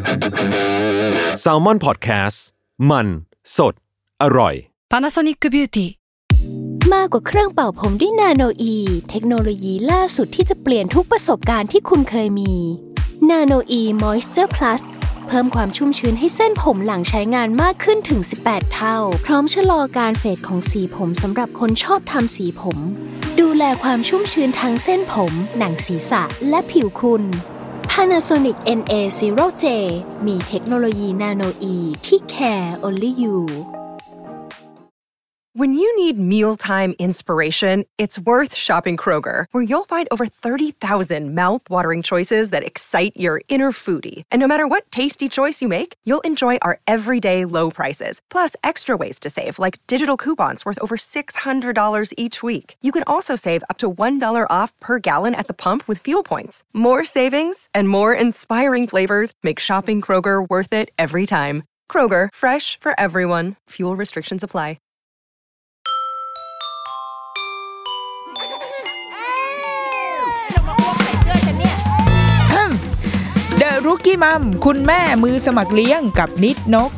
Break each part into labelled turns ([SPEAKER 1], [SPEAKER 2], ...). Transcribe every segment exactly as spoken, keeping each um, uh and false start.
[SPEAKER 1] Salmon Podcast มันสดอร่อย
[SPEAKER 2] Panasonic Beauty
[SPEAKER 3] มากกว่าเครื่องเป่าผมด้วยนาโนอีเทคโนโลยีล่าสุดที่จะเปลี่ยนทุกประสบการณ์ที่คุณเคยมีนาโนอีมอยส์เจอร์พลัสเพิ่มความชุ่มชื้นให้เส้นผมหลังใช้งานมากขึ้นถึงสิบแปดเท่าพร้อมชะลอการเฟดของสีผมสำหรับคนชอบทำสีผมดูแลความชุ่มชื้นทั้งเส้นผมหนังศีรษะและผิวคุณ Panasonic เอ็น เอ ศูนย์ เจ มีเทคโนโลยีนาโนอีที่ care only you
[SPEAKER 4] When you need mealtime inspiration, it's worth shopping Kroger, where you'll find over thirty thousand mouth-watering choices that excite your inner foodie. And no matter what tasty choice you make, you'll enjoy our everyday low prices, plus extra ways to save, like digital coupons worth over six hundred dollars each week. You can also save up to one dollar off per gallon at the pump with fuel points. More savings and more inspiring flavors make shopping Kroger worth it every time. Kroger, fresh for everyone. Fuel restrictions apply.
[SPEAKER 5] เดอะรุกกี้มัมคุณแม่มือสมัครเลี้ยงกับนิดนก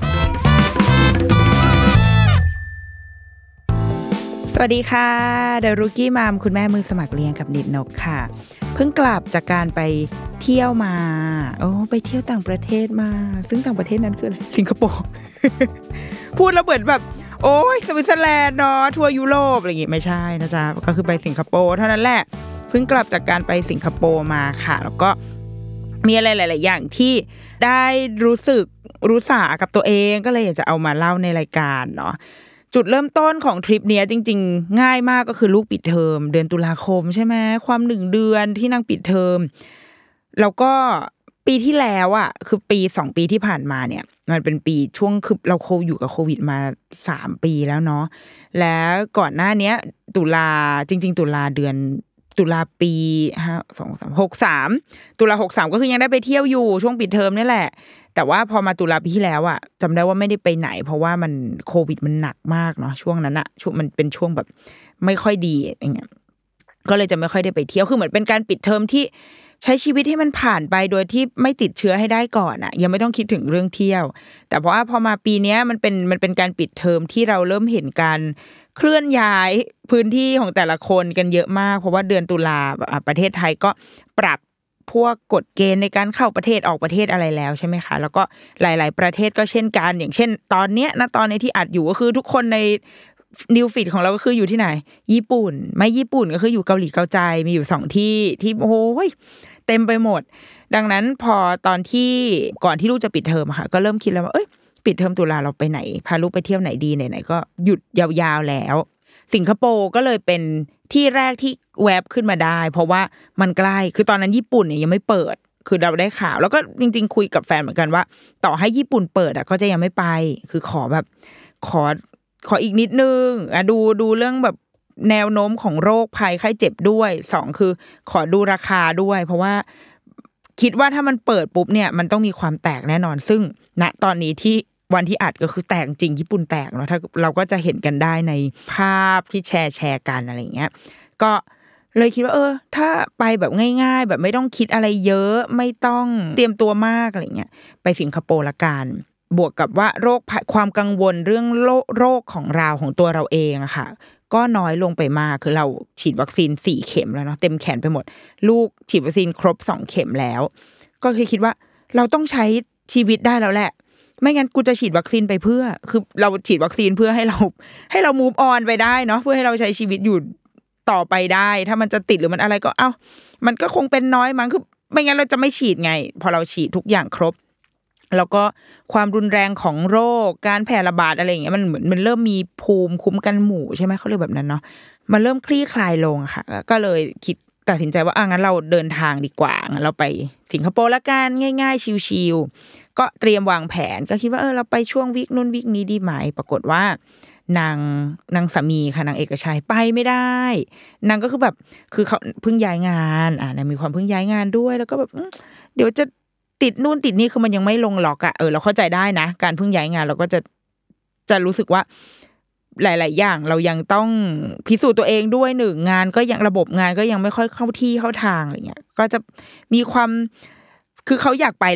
[SPEAKER 5] สวัสดีค่ะเดอะรุกกี้มัมคุณแม่มือสมัครเลี้ยงกับนิดนกค่ะเพิ่งกลับจากการไปเที่ยวมาโอ้ไปเที่ยวต่างประเทศมาซึ่งต่างประเทศนั้นคืออะไรสิงคโปร์ พูดแล้วเหมือนแบบโอ้ยสวิตเซอร์แลนด์เนาะทัวร์ยุโรปอะไรอย่างงี้ไม่ใช่นะจ๊ะก็คือไปสิงคโปร์เท่านั้นแหละเพิ่งกลับจากการไปสิงคโปร์มาค่ะแล้วก็มีอะไรหลายๆอย่างที่ได้รู้สึกรู้สากับตัวเองก็เลยอยากจะเอามาเล่าในรายการเนาะจุดเริ่มต้นของทริปเนี้ยจริงๆง่ายมากก็คือลูกปิดเทอมเดือนตุลาคมใช่ไหมความหนึ่งเดือนที่นางปิดเทอมแล้วก็ปีที่แล้วอ่ะคือปีสองปีที่ผ่านมาเนี่ยมันเป็นปีช่วงคือเราโคอยู่กับโควิดมาสามปีแล้วเนาะแล้วก่อนหน้านี้ตุลาจริงๆตุลาเดือนตุลาปีห้า สอง สาม หก สามตุลาหกสามก็คือยังได้ไปเที่ยวอยู่ช่วงปิดเทอมนี่แหละแต่ว่าพอมาตุลาปีที่แล้วอ่ะจำได้ว่าไม่ได้ไปไหนเพราะว่ามันโควิดมันหนักมากเนาะช่วงนั้นอ่ะช่วงมันเป็นช่วงแบบไม่ค่อยดีอย่างเงี้ยก็เลยจะไม่ค่อยได้ไปเที่ยวคือเหมือนเป็นการปิดเทอมที่ใช้ชีวิตให้มันผ่านไปโดยที่ไม่ติดเชื้อให้ได้ก่อนอ่ะยังไม่ต้องคิดถึงเรื่องเที่ยวแต่เพราะว่าพอมาปีนี้มันเป็นมันเป็นการปิดเทอมที่เราเริ่มเห็นการเคลื่อนย้ายพื้นที่ของแต่ละคนกันเยอะมากเพราะว่าเดือนตุลาประเทศไทยก็ปรับพวกกฎเกณฑ์ในการเข้าประเทศออกประเทศอะไรแล้วใช่ไหมคะแล้วก็หลายๆประเทศก็เช่นกันอย่างเช่นตอนเนี้ยนะตอนนี้ที่อัดอยู่ก็คือทุกคนในนิวฟีดของเราก็คืออยู่ที่ไหนญี่ปุ่นไม่ญี่ปุ่นก็คืออยู่เกาหลีเกาใจมีอยู่สองที่ที่โอ้ยเต็มไปหมดดังนั้นพอตอนที่ก่อนที่ลูกจะปิดเทอมค่ะก็เริ่มคิดแล้วว่าเอ้ยปิดเทอมตุลาเราไปไหนพาลูกไปเที่ยวไหนดีไหนๆก็หยุดยาวๆแล้วสิงคโปร์ก็เลยเป็นที่แรกที่แวบขึ้นมาได้เพราะว่ามันใกล้คือตอนนั้นญี่ปุ่นเนี่ยยังไม่เปิดคือเราได้ข่าวแล้วก็จริงๆคุยกับแฟนเหมือนกันว่าต่อให้ญี่ปุ่นเปิดอ่ะก็จะยังไม่ไปคือขอแบบขอขออีกนิดนึงอ่ะดูดูเรื่องแบบแนวโน้มของโรคภัยไข้เจ็บด้วยสองคือขอดูราคาด้วยเพราะว่าคิดว่าถ้ามันเปิดปุ๊บเนี่ยมันต้องมีความแตกแน่นอนซึ่งณตอนนี้ที่วันที่อัดก็คือแตกจริงญี่ปุ่นแตกเนาะถ้าเราก็จะเห็นกันได้ในภาพที่แชร์แชร์กันอะไรเงี้ยก็เลยคิดว่าเออถ้าไปแบบง่ายๆแบบไม่ต้องคิดอะไรเยอะไม่ต้องเตรียมตัวมากอะไรเงี้ยไปสิงคโปร์ละกันบวกกับว่าโรคความกังวลเรื่องโรคของเราของตัวเราเองอะค่ะก็น้อยลงไปมากคือเราฉีดวัคซีนสี่เข็มแล้วเนาะเต็มแขนไปหมดลูกฉีดวัคซีนครบสองเข็มแล้วก็คือคิดว่าเราต้องใช้ชีวิตได้แล้วแหละไม่งั้นกูจะฉีดวัคซีนไปเพื่อคือเราฉีดวัคซีนเพื่อให้เราให้เรา move on ไปได้เนาะเพื่อให้เราใช้ชีวิตอยู่ต่อไปได้ถ้ามันจะติดหรือมันอะไรก็เอ้ามันก็คงเป็นน้อยมั้งคือไม่งั้นเราจะไม่ฉีดไงพอเราฉีดทุกอย่างครบแล้วก็ความรุนแรงของโรคการแพร่ระบาดอะไรอย่างเงี้ยมันเหมือนมันเริ่มมีภูมิคุ้มกันหมู่ใช่ไหมเขาเรียกแบบนั้นเนาะมันเริ่มคลี่คลายลงค่ะก็เลยคิดตัดสินใจว่าอ่ะงั้นเราเดินทางดีกว่างั้นเราไปสิงคโปร์ละกันง่ายๆชิลๆก็เตรียมวางแผนก็คิดว่าเออเราไปช่วงวีคนู้นวีคนี้ดีไหมปรากฏว่านางนางสามีค่ะนางเอกชัยไปไม่ได้นางก็คือแบบคือเขาเพิ่งย้ายงานอ่ะนางมีความเพิ่งย้ายงานด้วยแล้วก็แบบเดี๋ยวจะติดนู่นติดนี่คือมันยังไม่ลงล็อกอ่ะเออเราเข้าใจได้นะการเพิ่งย้ายงานเราก็จะจะรู้สึกว่าหลายๆอย่างเรายังต้องพิสูจน์ตัวเองด้วยหนึ่งงานก็ยังระบบงานก็ยังไม่ค่อยเข้าที่เข้าทางอะไรเงี้ยก็จะมีความคือเขาอยากไปแหละ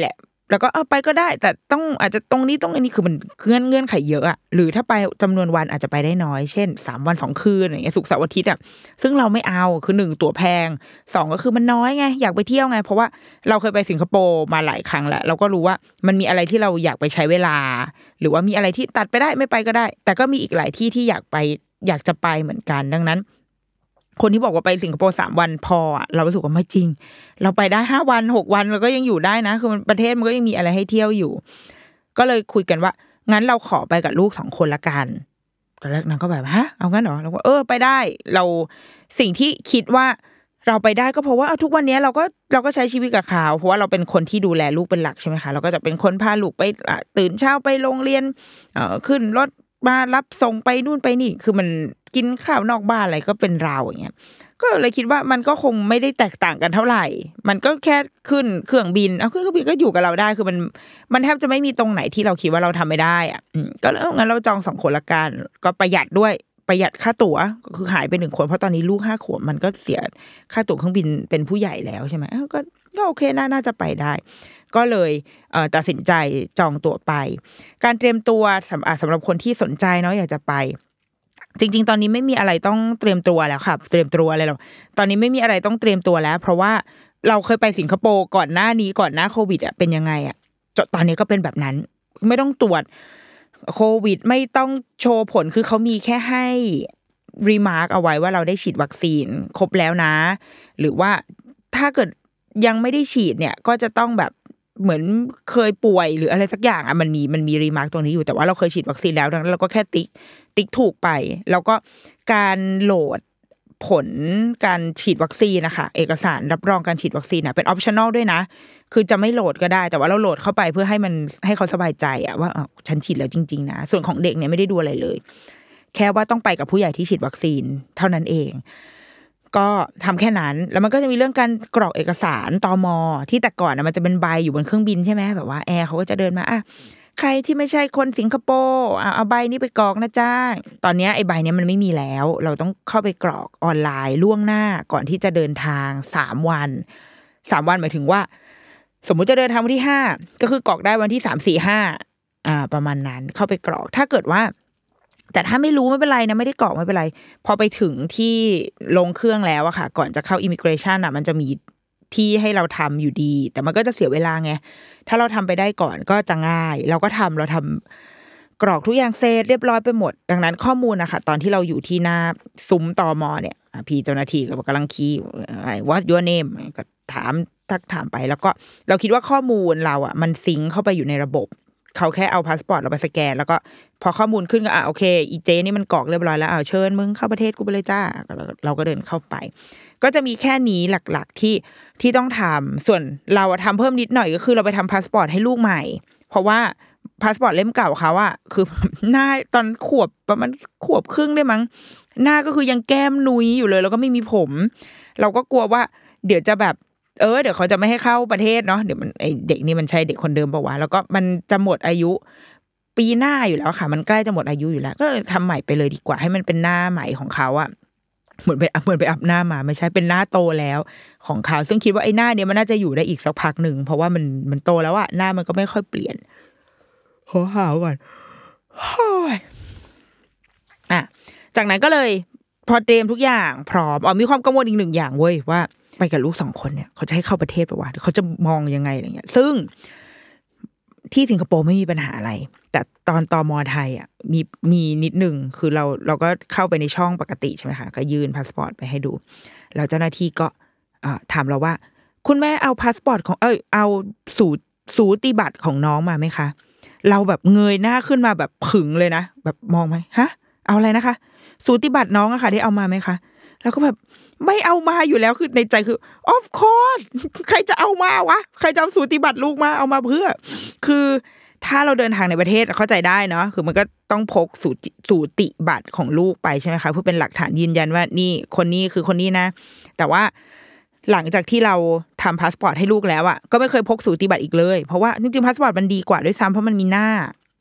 [SPEAKER 5] แล้วก็เอาไปก็ได้แต่ต้องอาจจะตรงนี้ตรงนี้คือมันเงื่อนเงื่อนไขเยอะอ่ะหรือถ้าไปจำนวนวันอาจจะไปได้น้อยเช่นสามวันสองคืนอย่างเงี้ยศุกร์เสาร์อาทิตย์อ่ะซึ่งเราไม่เอาคือหนึ่งตั๋วแพงสองก็คือมันน้อยไงอยากไปเที่ยวไงเพราะว่าเราเคยไปสิงคโปร์มาหลายครั้งแล้วเราก็รู้ว่ามันมีอะไรที่เราอยากไปใช้เวลาหรือว่ามีอะไรที่ตัดไปได้ไม่ไปก็ได้แต่ก็มีอีกหลายที่ที่อยากไปอยากจะไปเหมือนกันดังนั้นคนที่บอกว่าไปสิงคโปร์สามวันพออ่ะเรารู้สึกว่าไม่จริงเราไปได้ห้าวันหกวันเราก็ยังอยู่ได้นะคือประเทศมันก็ยังมีอะไรให้เที่ยวอยู่ก็เลยคุยกันว่างั้นเราขอไปกับลูกสองคนละกันตอนแรกนางก็แบบฮะเอางั้นเหรอเราก็เออไปได้เราสิ่งที่คิดว่าเราไปได้ก็เพราะว่าทุกวันนี้เราก็เราก็ใช้ชีวิตกับเขาเพราะว่าเราเป็นคนที่ดูแลลูกเป็นหลักใช่ไหมคะเราก็จะเป็นคนพาลูกไปตื่นเช้าไปโรงเรียนเอ่อขึ้นรถมารับส่งไปนู่นไปนี่คือมันกินข้าวนอกบ้านอะไรก็เป็นเราอย่างเงี้ยก็เลยคิดว่ามันก็คงไม่ได้แตกต่างกันเท่าไหร่มันก็แค่ขึ้นเครื่องบินเอาขึ้นเครื่องบินก็อยู่กับเราได้คือมันมันแทบจะไม่มีตรงไหนที่เราคิดว่าเราทำไม่ได้อ่ะก็เลยงั้นเราจองสองคนละกันก็ประหยัดด้วยประหยัดค่าตั๋วคือหายไปหนึ่งคนเพราะตอนนี้ลูกห้าขวบมันก็เสียค่าตั๋วเครื่องบินเป็นผู้ใหญ่แล้วใช่ไหมก็ก็โอเคน่าน่าจะไปได้ก็เลยเอ่อตัดสินใจจองตั๋วไปการเตรียมตัวสำสำหรับคนที่สนใจเนาะอยากจะไปจริงๆตอนนี้ไม่มีอะไรต้องเตรียมตัวแล้วค่ะเตรียมตัวอะไรหรอกตอนนี้ไม่มีอะไรต้องเตรียมตัวแล้วเพราะว่าเราเคยไปสิงคโปร์ก่อนหน้านี้ก่อนหน้าโควิดอ่ะเป็นยังไงอ่ะตอนนี้ก็เป็นแบบนั้นไม่ต้องตรวจโควิดไม่ต้องโชว์ผลคือเขามีแค่ให้รีมาร์กเอาไว้ว่าเราได้ฉีดวัคซีนครบแล้วนะหรือว่าถ้าเกิดยังไม่ได้ฉีดเนี่ยก็จะต้องแบบเหมือนเคยป่วยหรืออะไรสักอย่างอ่ะมันมีมันมีรีมาร์กตรงนี้อยู่แต่ว่าเราเคยฉีดวัคซีนแล้วดังนั้นเราก็แค่ติ๊กติ๊กถูกไปแล้วก็การโหลดผลการฉีดวัคซีนนะคะเอกสารรับรองการฉีดวัคซีนน่ะเป็นออปชั่นอลด้วยนะคือจะไม่โหลดก็ได้แต่ว่าเราโหลดเข้าไปเพื่อให้มันให้เขาสบายใจอ่ะว่าอ๋อฉันฉีดแล้วจริงๆนะส่วนของเด็กเนี่ยไม่ได้ดูอะไรเลยแค่ว่าต้องไปกับผู้ใหญ่ที่ฉีดวัคซีนเท่านั้นเองก็ทำแค่นั้นแล้วมันก็จะมีเรื่องการกรอกเอกสารตม.ที่แต่ก่อนนะมันจะเป็นใบอยู่บนเครื่องบินใช่ไหมแบบว่าแอร์เขาก็จะเดินมาอ่ะใครที่ไม่ใช่คนสิงคโปร์เอาเอาใบนี้ไปกรอกนะจ้าตอนนี้ไอ้ใบนี้มันไม่มีแล้วเราต้องเข้าไปกรอกออนไลน์ล่วงหน้าก่อนที่จะเดินทางสามวันสามวันหมายถึงว่าสมมุติจะเดินทางวันที่ห้าก็คือกรอกได้วันที่สาม สี่ ห้าอ่าประมาณนั้นเข้าไปกรอกถ้าเกิดว่าแต่ถ้าไม่รู้ไม่เป็นไรนะไม่ได้กรอกไม่เป็นไรพอไปถึงที่ลงเครื่องแล้วอะค่ะก่อนจะเข้าอิมิเกรชันอะมันจะมีที่ให้เราทำอยู่ดีแต่มันก็จะเสียเวลาไงถ้าเราทำไปได้ก่อนก็จะง่ายเราก็ทำเราทำกรอกทุกอย่างเสร็จเรียบร้อยไปหมดดังนั้นข้อมูลนะคะตอนที่เราอยู่ที่หน้าซุ้มตม.เนี่ยพี่เจ้าหน้าที่ก็กำลังคีย์ what's your name ก็ถามทักถามไปแล้วก็เราคิดว่าข้อมูลเราอะมันซิงค์เข้าไปอยู่ในระบบเขาแค่เอาพาสปอร์ตเราไปสแกนแล้วก็พอข้อมูลขึ้นก็อ่ะโอเคอีเจนี่มันกรอกเรียบร้อยแล้วอ่ะเชิญมึงเข้าประเทศกูไปเลยจ้าเราก็เดินเข้าไปก็จะมีแค่นี้หลักๆที่ที่ต้องทำส่วนเราทำเพิ่มนิดหน่อยก็คือเราไปทำพาสปอร์ตให้ลูกใหม่เพราะว่าพาสปอร์ตเล่มเก่าเขาอะคือหน้าตอนขวบประมาณขวบครึ่งได้มั้งหน้าก็คือยังแก้มนุ้ยอยู่เลยแล้วก็ไม่มีผมเราก็กลัวว่าเดี๋ยวจะแบบเออเดี๋ยวเขาจะไม่ให้เข้าประเทศเนาะเดี๋ยวมันไอเด็กนี่มันใช่เด็กคนเดิมป่าววะแล้วก็มันจะหมดอายุปีหน้าอยู่แล้วค่ะมันใกล้จะหมดอายุอยู่แล้วก็เลยทำใหม่ไปเลยดีกว่าให้มันเป็นหน้าใหม่ของเขาอะเหมือนไปเหมือนไปอัพหน้ามาไม่ใช่เป็นหน้าโตแล้วของเขาซึ่งคิดว่าไอ้หน้าเนี้ยมันน่าจะอยู่ได้อีกสักพักหนึ่งเพราะว่ามันมันโตแล้วอะหน้ามันก็ไม่ค่อยเปลี่ยนขอหาวก่อนอ่ะจากนั้นก็เลยพอเตรียมทุกอย่างพร้อมอ๋อมีความกังวลอีกหนึ่งอย่างเว้ยว่าไปกับลูกสองคนเนี่ยเขาจะให้เข้าประเทศป่ะวะเขาจะมองยังไงอะไรเงี้ยซึ่งที่สิงคโปร์ไม่มีปัญหาอะไรแต่ตอนตม.ไทยอ่ะมีมีนิดนึงคือเราเราก็เข้าไปในช่องปกติใช่ไหมคะก็ยื่นพาสปอร์ตไปให้ดูแล้วเจ้าหน้าที่ก็ถามเราว่าคุณแม่เอาพาสปอร์ตของเอ้ยเอาสูสูติบัตรของน้องมาไหมคะเราแบบเงยหน้าขึ้นมาแบบผึ่งเลยนะแบบมองไหมฮะเอาอะไรนะคะสูติบัตรน้องอะค่ะได้เอามาไหมคะแล้วก็แบบไม่เอามาอยู่แล้วคือในใจคือ of course ใครจะเอามาวะใครจะเอาสูติบัตรลูกมาเอามาเพื่อคือถ้าเราเดินทางในประเทศเข้าใจได้เนาะคือมันก็ต้องพกสูติสูติบัตรของลูกไปใช่ไหมคะเพื่อเป็นหลักฐานยืนยันว่านี่คนนี้คือคนนี้นะแต่ว่าหลังจากที่เราทำพาสปอร์ตให้ลูกแล้วอ่ะก็ไม่เคยพกสูติบัตรอีกเลยเพราะว่าจริงๆพาสปอร์ตมันดีกว่าด้วยซ้ำเพราะมันมีหน้า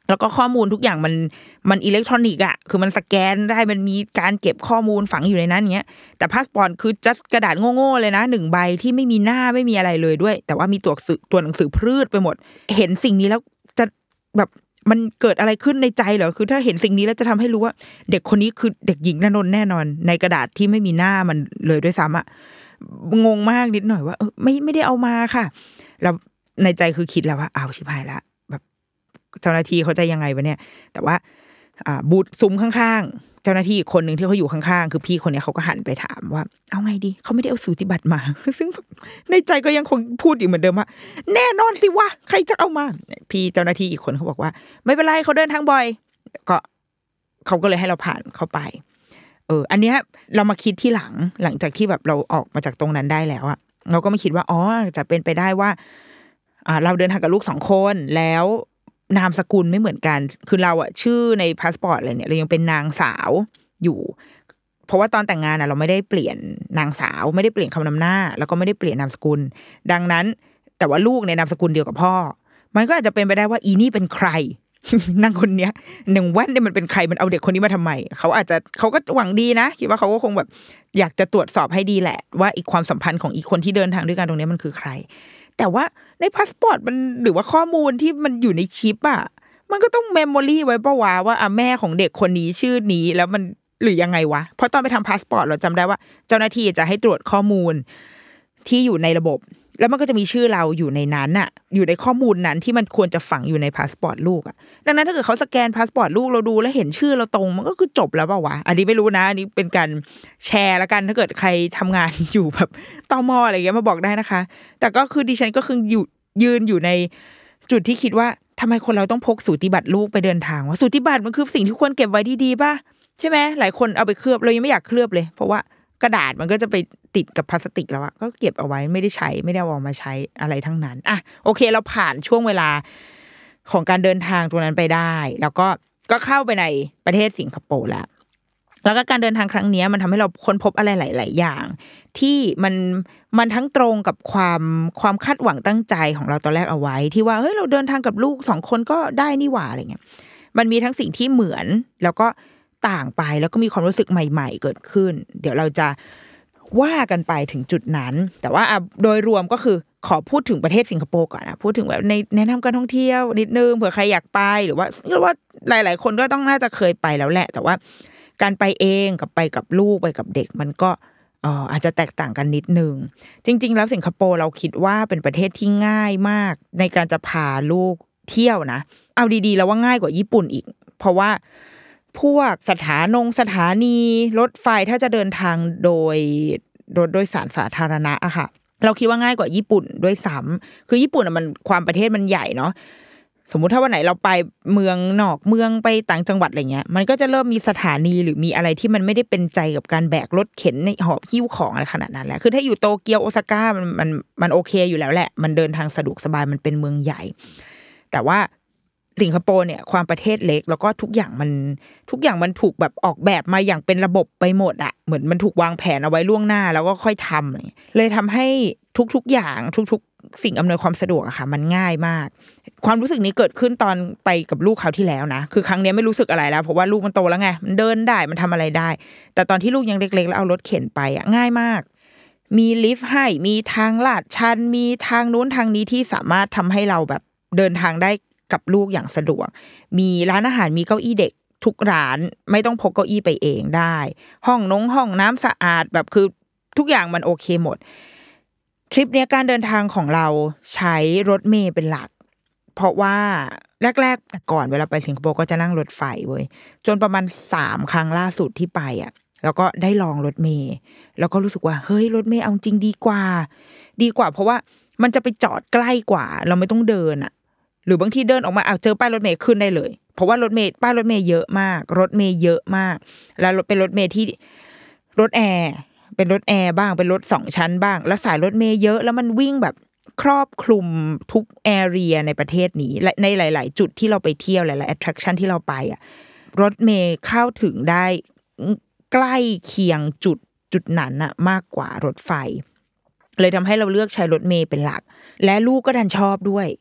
[SPEAKER 5] แล้วก็ข้อมูลทุกอย่างมันมันอิเล็กทรอนิกส์อ่ะคือมันสแกนได้มันมีการเก็บข้อมูลฝังอยู่ในนั้นอย่างเงี้ยแต่พาสปอร์ตคือจัดกระดาษโง่ๆเลยนะหนึ่งใบที่ไม่มีหน้าไม่มีอะไรเลยด้วยแต่ว่ามีตัวสื่อตัวหนังสือพืชไปหมดเห็นสิ่งนี้แล้วจะแบบมันเกิดอะไรขึ้นในใจเหรอคือถ้าเห็นสิ่งนี้แล้วจะทำให้รู้ว่าเด็กคนนี้คือเด็กหญิงณนนท์แน่นอนในกระดาษที่ไม่มีหน้ามันเลยด้วยซ้ำอ่ะงงมากนิดหน่อยว่าเออไม่ไม่ได้เอามาค่ะแล้วในใจคือคิดแล้วว่าอ้าวชิบหายละแบบเจ้าหน้าที่เขาจะยังไงวะเนี่ยแต่ว่าอ่าบูธซุ้มข้างๆเจ้าหน้าที่อีกคนนึงที่เขาอยู่ข้างๆคือพี่คนนี้เขาก็หันไปถามว่าเอาไงดีเขาไม่ได้เอาสูติบัตรมา ซึ่งในใจก็ยังคงพูดอยู่เหมือนเดิมว่าแน่นอนสิวะใครจะเอามาพี่เจ้าหน้าที่อีกคนเขาบอกว่าไม่เป็นไรเขาเดินทางบ่อยก็เขาก็เลยให้เราผ่านเข้าไปเอออันเนี้ยเรามาคิดที่หลังหลังจากที่แบบเราออกมาจากตรงนั้นได้แล้วอะเราก็มาคิดว่าอ๋อจะเป็นไปได้ว่าอ่าเราเดินทางกับลูกสองคนแล้วนามสกุลไม่เหมือนกันคือเราอะชื่อในพาสปอร์ตอะไรเนี่ยเรายังเป็นนางสาวอยู่เพราะว่าตอนแต่งงานอะเราไม่ได้เปลี่ยนนางสาวไม่ได้เปลี่ยนคำนำหน้าแล้วก็ไม่ได้เปลี่ยนนามสกุลดังนั้นแต่ว่าลูกในนามสกุลเดียวกับพ่อมันก็อาจจะเป็นไปได้ว่าอีนี่เป็นใคร นางคนเนี้ยหนึ่งแว่นเนี่ยมันเป็นใครมันเอาเด็กคนนี้มาทำไมเขาอาจจะเขาก็หวังดีนะคิดว่าเขาก็คงแบบอยากจะตรวจสอบให้ดีแหละว่าอีกความสัมพันธ์ของอีกคนที่เดินทางด้วยกันตรงนี้มันคือใครแต่ว่าในพาสปอร์ตมันหรือว่าข้อมูลที่มันอยู่ในชิปอ่ะมันก็ต้องเมมโมรี่ไว้ป่ะวะว่าอ่ะแม่ของเด็กคนนี้ชื่อนี้แล้วมันหรือยังไงวะเพราะตอนไปทำพาสปอร์ตเราจำได้ว่าเจ้าหน้าที่จะให้ตรวจข้อมูลที่อยู่ในระบบแล้วมันก็จะมีชื่อเราอยู่ในนั้นน่ะอยู่ในข้อมูลนั้นที่มันควรจะฝังอยู่ในพาสปอร์ตลูกอ่ะดังนั้นถ้าเกิดเขาสแกนพาสปอร์ตลูกเราดูแล้วเห็นชื่อเราตรงมันก็คือจบแล้วป่ะวะอันนี้ไม่รู้นะอันนี้เป็นการแชร์ละกันถ้าเกิดใครทำงานอยู่แบบตม.อะไรอย่างเงี้ยมาบอกได้นะคะแต่ก็คือดิฉันก็คืออยู่ยืนอยู่ในจุดที่คิดว่าทำไมคนเราต้องพกสูติบัตรลูกไปเดินทางวะสูติบัตรมันคือสิ่งที่ควรเก็บไว้ดีๆป่ะใช่ไหมหลายคนเอาไปเคลือบเรายังไม่อยากเคลือบเลยเพราะว่ากระดาษมันก็จะไปติดกับพลาสติกแล้วอะก็เก็บเอาไว้ไม่ได้ใช้ไม่ได้เอาออกมาใช้อะไรทั้งนั้นอ่ะโอเคเราผ่านช่วงเวลาของการเดินทางตรงนั้นไปได้แล้วก็ก็เข้าไปในประเทศสิงคโปร์แล้วแล้วก็การเดินทางครั้งนี้มันทำให้เราค้นพบอะไรหลายๆอย่างที่มันมันทั้งตรงกับความความคาดหวังตั้งใจของเราตอนแรกเอาไว้ที่ว่าเฮ้ยเราเดินทางกับลูกสองคนก็ได้นี่หว่าอะไรเงี้ยมันมีทั้งสิ่งที่เหมือนแล้วก็ต่างไปแล้วก็มีความรู้สึกใหม่ๆเกิดขึ้นเดี๋ยวเราจะว่ากันไปถึงจุดนั้นแต่ว่าโดยรวมก็คือขอพูดถึงประเทศสิงคโปร์ก่อนนะพูดถึงแบบในแนะนำการท่องเที่ยวนิดนึงเผื่อใครอยากไปหรือว่าหรือว่าหลายๆคนก็ต้องน่าจะเคยไปแล้วแหละแต่ว่าการไปเองกับไปกับลูกไปกับเด็กมันก็เอ่ออาจจะแตกต่างกันนิดนึงจริงๆแล้วสิงคโปร์เราคิดว่าเป็นประเทศที่ง่ายมากในการจะพาลูกเที่ยวนะเอาดีๆแล้วว่าง่ายกว่าญี่ปุ่นอีกเพราะว่าพวกสถานงสถานีรถไฟถ้าจะเดินทางโดยรถโดยสารสาธารณะอะค่ะเราคิดว่าง่ายกว่าญี่ปุ่นด้วยซ้ำคือญี่ปุ่นอะมันความประเทศมันใหญ่เนาะสมมุติถ้าวันไหนเราไปเมืองนอกเมืองไปต่างจังหวัดอะไรเงี้ยมันก็จะเริ่มมีสถานีหรือมีอะไรที่มันไม่ได้เป็นใจกับการแบกรถเข็นในหอบหิ้วของอะไรขนาดนั้นแหละคือถ้าอยู่โตเกียวโอซาก้ามันมันมันโอเคอยู่แล้วแหละมันเดินทางสะดวกสบายมันเป็นเมืองใหญ่แต่ว่าสิงคโปร์เนี่ยความประเทศเล็กแล้วก็ทุกอย่างมันทุกอย่างมันถูกแบบออกแบบมาอย่างเป็นระบบไปหมดอะเหมือนมันถูกวางแผนเอาไว้ล่วงหน้าแล้วก็ค่อยทำเลยทำให้ทุกๆอย่างทุกๆสิ่งอำนวยความสะดวกอะค่ะมันง่ายมากความรู้สึกนี้เกิดขึ้นตอนไปกับลูกเขาที่แล้วนะคือครั้งนี้ไม่รู้สึกอะไรแล้วเพราะว่าลูกมันโตแล้วไงมันเดินได้มันทำอะไรได้แต่ตอนที่ลูกยังเล็กๆแล้วเอารถเข็นไปอะง่ายมากมีลิฟต์ให้มีทางลาดชันมีทางนู้นทางนี้ที่สามารถทำให้เราแบบเดินทางได้กับลูกอย่างสะดวกมีร้านอาหารมีเก้าอี้เด็กทุกร้านไม่ต้องพกเก้าอี้ไปเองได้ห้องน้องห้องน้ำสะอาดแบบคือทุกอย่างมันโอเคหมดทริปเนี้ยการเดินทางของเราใช้รถเมล์เป็นหลักเพราะว่าแรกๆก่อนเวลาไปสิงคโปร์ก็จะนั่งรถไฟเว้ยจนประมาณสามครั้งล่าสุดที่ไปอ่ะแล้วก็ได้ลองรถเมล์แล้วก็รู้สึกว่าเฮ้ยรถเมล์เอาจริงดีกว่าดีกว่าเพราะว่ามันจะไปจอดใกล้กว่าเราไม่ต้องเดินอ่ะหรือบางทีเดินออกมาเอาเจอป้ายรถเมล์ขึ้นได้เลยเพราะว่ารถเมล์ป้ายรถเมล์เยอะมากรถเมล์เยอะมากแล้วเป็นรถเมล์ที่รถแอร์เป็นรถแอร์บ้างเป็นรถสองชั้นบ้างแล้วสายรถเมล์เยอะแล้วมันวิ่งแบบครอบคลุมทุกแอเรียในประเทศนี้และในหลายๆจุดที่เราไปเที่ยวหลายๆ attraction ที่เราไปอ่ะรถเมล์เข้าถึงได้ใกล้เคียงจุดจุดนั้นน่ะมากกว่ารถไฟเลยทำให้เราเลือกใช้รถเมล์เป็นหลักและลูกก็ดันชอบด้วย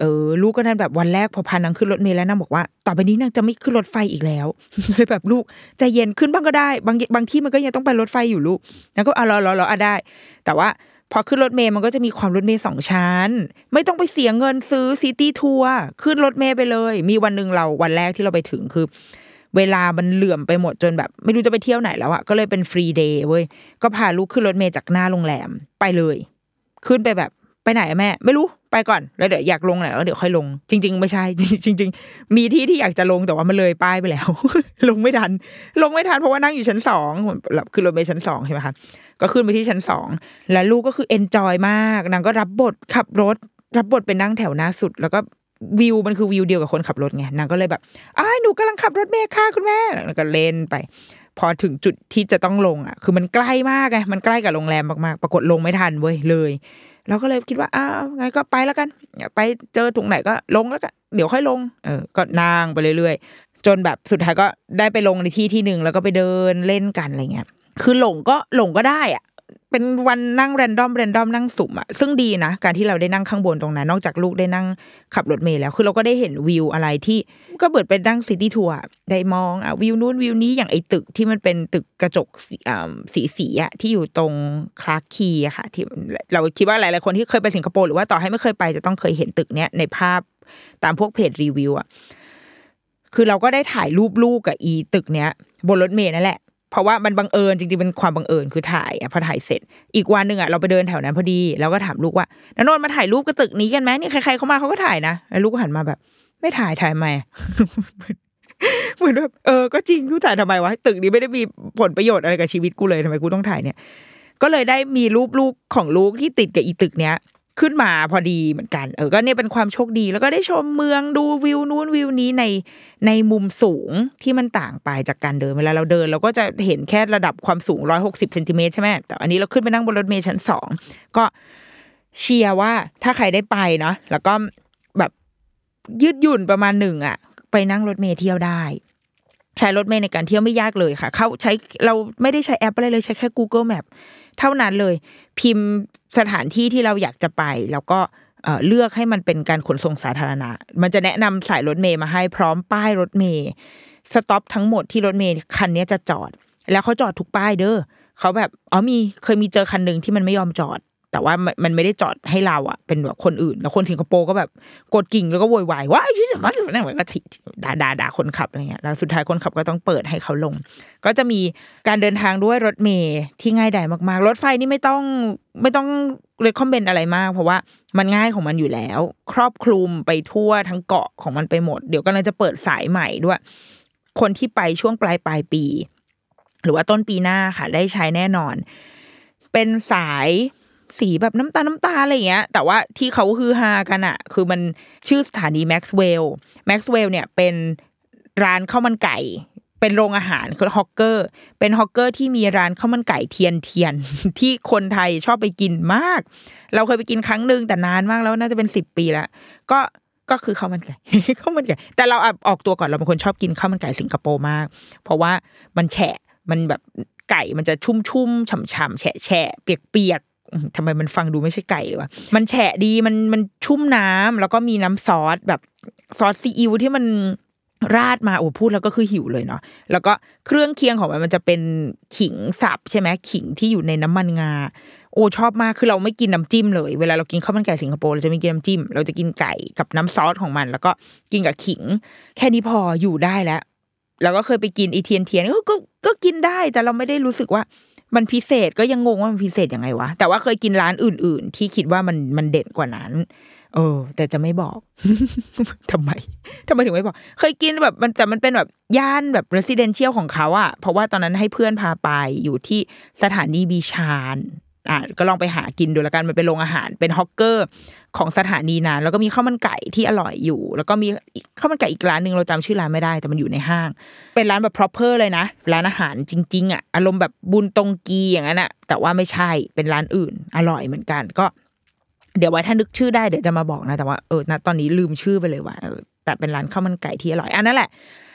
[SPEAKER 5] เออลูกก็นั่นแบบวันแรกพอพานางขึ้นรถเมล์แล้วนางบอกว่าต่อไปนี้นางจะไม่ขึ้นรถไฟอีกแล้ว เลยแบบลูกใจเย็นขึ้นบ้างก็ได้บางบางที่มันก็ยังต้องไปรถไฟอยู่ลูกแล้วก็อ่ะรอรอรออ่ะได้แต่ว่าพอขึ้นรถเมล์มันก็จะมีความรถเมล์สองชั้นไม่ต้องไปเสียเงินซื้อซิตี้ทัวร์ขึ้นรถเมล์ไปเลยมีวันนึงเราวันแรกที่เราไปถึงคือเวลามันเหลื่อมไปหมดจนแบบไม่รู้จะไปเที่ยวไหนแล้วอะก็เลยเป็นฟรีเดย์เว้ยก็พาลูกขึ้นรถเมล์จากหน้าโรงแรมไปเลยขึ้นไปแบบไปไหนอะแม่ไม่รู้ไปก่อนแล้วเดี๋ยวอยากลงไหนก็เดี๋ยวค่อยลงจริงๆไม่ใช่จริงๆมีที่ที่อยากจะลงแต่ว่ามันเลยป้ายไปแล้ว ลงไม่ทันลงไม่ทันเพราะว่านั่งอยู่ชั้นสองขึ้นรถเมล์ชั้นสองใช่ไหมคะก็ขึ้นไปที่ชั้นสองแล้วลูกก็คือเอนจอยมากนางก็รับบทขับรถรับบทเป็นนั่งแถวหน้าสุดแล้วก็วิวมันคือวิวเดียวกับคนขับรถไงนางก็เลยแบบอ้ายหนูกำลังขับรถเมล์ค่ะคุณแม่แล้วก็เล่นไปพอถึงจุดที่จะต้องลงอ่ะคือมันใกล้มากไงมันใกล้กับโรงแรมมากๆปรากฏลงไม่ทันเว้ยเลยเราก็เลยคิดว่าอ้าวงั้นก็ไปแล้วกันไปเจอตรงไหนก็ลงแล้วกันเดี๋ยวค่อยลงเออก็นางไปเรื่อยๆจนแบบสุดท้ายก็ได้ไปลงในที่ที่นึงแล้วก็ไปเดินเล่นกันอะไรเงี้ยคือหลงก็หลงก็ได้อ่ะเป็นวันนั่งแรนดอมแรนดอมนั่งสุ่มอ่ะซึ่งดีนะการที่เราได้นั่งข้างบนตรงนั้นนอกจากลูกได้นั่งขับรถเมล์แล้วคือเราก็ได้เห็นวิวอะไรที่ก็เปิดไปนั่งซิตี้ทัวร์ได้มองอ่ะวิวนู้นวิวนี้อย่างไอ้ตึกที่มันเป็นตึกกระจกอ่าสีสีอ่ะที่อยู่ตรงคลาร์กคีย์อ่ะค่ะที่เราคิดว่าหลายๆคนที่เคยไปสิงคโปร์หรือว่าต่อให้ไม่เคยไปจะต้องเคยเห็นตึกเนี้ยในภาพตามพวกเพจรีวิวอ่ะคือเราก็ได้ถ่ายรูปลูกกับอีตึกเนี้ยบนรถเมล์นั่นแหละเพราะว่ามันบังเอิญจริงๆเป็นความบังเอิญคือถ่ายอ่ะพอถ่ายเสร็จอีกวันนึงอ่ะเราไปเดินแถวนั้นพอดีแล้วก็ถามลูกว่าณนนท์มาถ่ายรูปกับตึกนี้กันมั้ยนี่ใครๆเข้ามาเขาก็ถ่ายนะแล้วลูกก็หันมาแบบไม่ถ่ายถ่ายทำไม เหมือนแบบเออก็จริงกูถ่ายทำไมวะตึกนี้ไม่ได้มีผลประโยชน์อะไรกับชีวิตกูเลยทำไมกูต้องถ่ายเนี่ยก็เลยได้มีรูปลูกของลูกที่ติดกับอีตึกเนี้ยขึ้นมาพอดีเหมือนกันเออก็เนี่ยเป็นความโชคดีแล้วก็ได้ชมเมืองดูวิวนู้นวิวนี้ในในมุมสูงที่มันต่างไปจากการเดินเวลาเราเดินเราก็จะเห็นแค่ระดับความสูงหนึ่งร้อยหกสิบเซนติเมตรใช่ไหมแต่อันนี้เราขึ้นไปนั่งบนรถเมล์ชั้นสองก็เชียร์ว่าถ้าใครได้ไปเนาะแล้วก็แบบยืดหยุ่นประมาณหนึ่งอ่ะไปนั่งรถเมล์เที่ยวได้ใช้รถเมล์ในการเที่ยวไม่ยากเลยค่ะเข้าใช้เราไม่ได้ใช้แอปอะไรเลยใช้แค่ Google Map เท่านั้นเลยพิมพ์สถานที่ที่เราอยากจะไปแล้วก็เอ่อเลือกให้มันเป็นการขนส่งสาธารณะมันจะแนะนำสายรถเมล์มาให้พร้อมป้ายรถเมล์สต็อปทั้งหมดที่รถเมล์คันนี้จะจอดแล้วเขาจอดทุกป้ายเด้อเขาแบบอ๋อมีเคยมีเจอคันนึงที่มันไม่ยอมจอดแต่ว่ามันไม่ได้จอดให้เราอ่ะเป็นแบบคนอื่นแล้วคนสิงคโปร์ก็แบบกดกิ่งแล้วก็โวยวายว่าชื่อว่านั่นก็ด่าด่าด่าคนขับอะไรเงี้ยแล้วสุดท้ายคนขับก็ต้องเปิดให้เขาลงก็จะมีการเดินทางด้วยรถเมล์ที่ง่ายดายมากๆรถไฟนี่ไม่ต้องไม่ต้องเรคคอมเมนต์อะไรมากเพราะว่ามันง่ายของมันอยู่แล้วครอบคลุมไปทั่วทั้งเกาะของมันไปหมดเดี๋ยวกำลังจะเปิดสายใหม่ด้วยคนที่ไปช่วงปลายปลายปีหรือว่าต้นปีหน้าค่ะได้ใช้แน่นอนเป็นสายสีแบบน้ำตาลน้ำตาอะไรอย่างเงี้ยแต่ว่าที่เขาฮือฮากันอ่ะคือมันชื่อสถานี Maxwell Maxwell เนี่ยเป็นร้านข้าวมันไก่เป็นโรงอาหารคือฮอกเกอร์เป็นฮอกเกอร์ที่มีร้านข้าวมันไก่เทียนเทียน ที่คนไทยชอบไปกินมากเราเคยไปกินครั้งนึงแต่นานมากแล้วน่าจะเป็นสิบปีแล้วก็ก็คือข้าวมันไก่ ข้าวมันไก่แต่เราออกตัวก่อนเราเป็นคนชอบกินข้าวมันไก่สิงคโปร์มากเพราะว่ามันแฉะมันแบบไก่มันจะชุ่มๆฉ่ำๆแฉะๆเปียกทำไมมันฟังดูไม่ใช่ไก่เลยวะมันแฉะดีมันมันชุ่มน้ำแล้วก็มีน้ำซอสแบบซอสซีอิ๊วที่มันราดมาโอ้พูดแล้วก็คือหิวเลยเนาะแล้วก็เครื่องเคียงของมันมันจะเป็นขิงสับใช่ไหมขิงที่อยู่ในน้ำมันงาโอ้ชอบมากคือเราไม่กินน้ำจิ้มเลยเวลาเรากินข้าวมันไก่สิงคโปร์เราจะไม่กินน้ำจิ้มเราจะกินไก่กับน้ำซอสของมันแล้วก็กินกับขิงแค่นี้พออยู่ได้แล้วแล้วก็เคยไปกินอีเทียนเทียนก็ก็กินได้แต่เราไม่ได้รู้สึกว่ามันพิเศษก็ยังงงว่ามันพิเศษยังไงวะแต่ว่าเคยกินร้านอื่นๆที่คิดว่ามันมันเด่นกว่านั้นเออแต่จะไม่บอก ทำไมทำไมถึงไม่บอกเคยกินแบบมันแต่มันเป็นแบบย่านแบบ residential ของเขาอ่ะเพราะว่าตอนนั้นให้เพื่อนพาไปอยู่ที่สถานีบีชานอ่ะก็ลองไปหากินดูแล้วกันมันเป็นโรงอาหารเป็นฮอกเกอร์ของสถานีนั้นแล้วก็มีข้าวมันไก่ที่อร่อยอยู่แล้วก็มีข้าวมันไก่อีกร้านนึงเราจำชื่อร้านไม่ได้แต่มันอยู่ในห้างเป็นร้านแบบ proper เลยนะร้านอาหารจริงๆอ่ะอารมณ์แบบบุญตงกีอย่างนั้นอ่ะแต่ว่าไม่ใช่เป็นร้านอื่นอร่อยเหมือนกันก็เดี๋ยวไว้ถ้านึกชื่อได้เดี๋ยวจะมาบอกนะแต่ว่าเออณตอนนี้ลืมชื่อไปเลยว่าเออแต่เป็นร้านข้าวมันไก่ที่อร่อยอันนั้นแหละ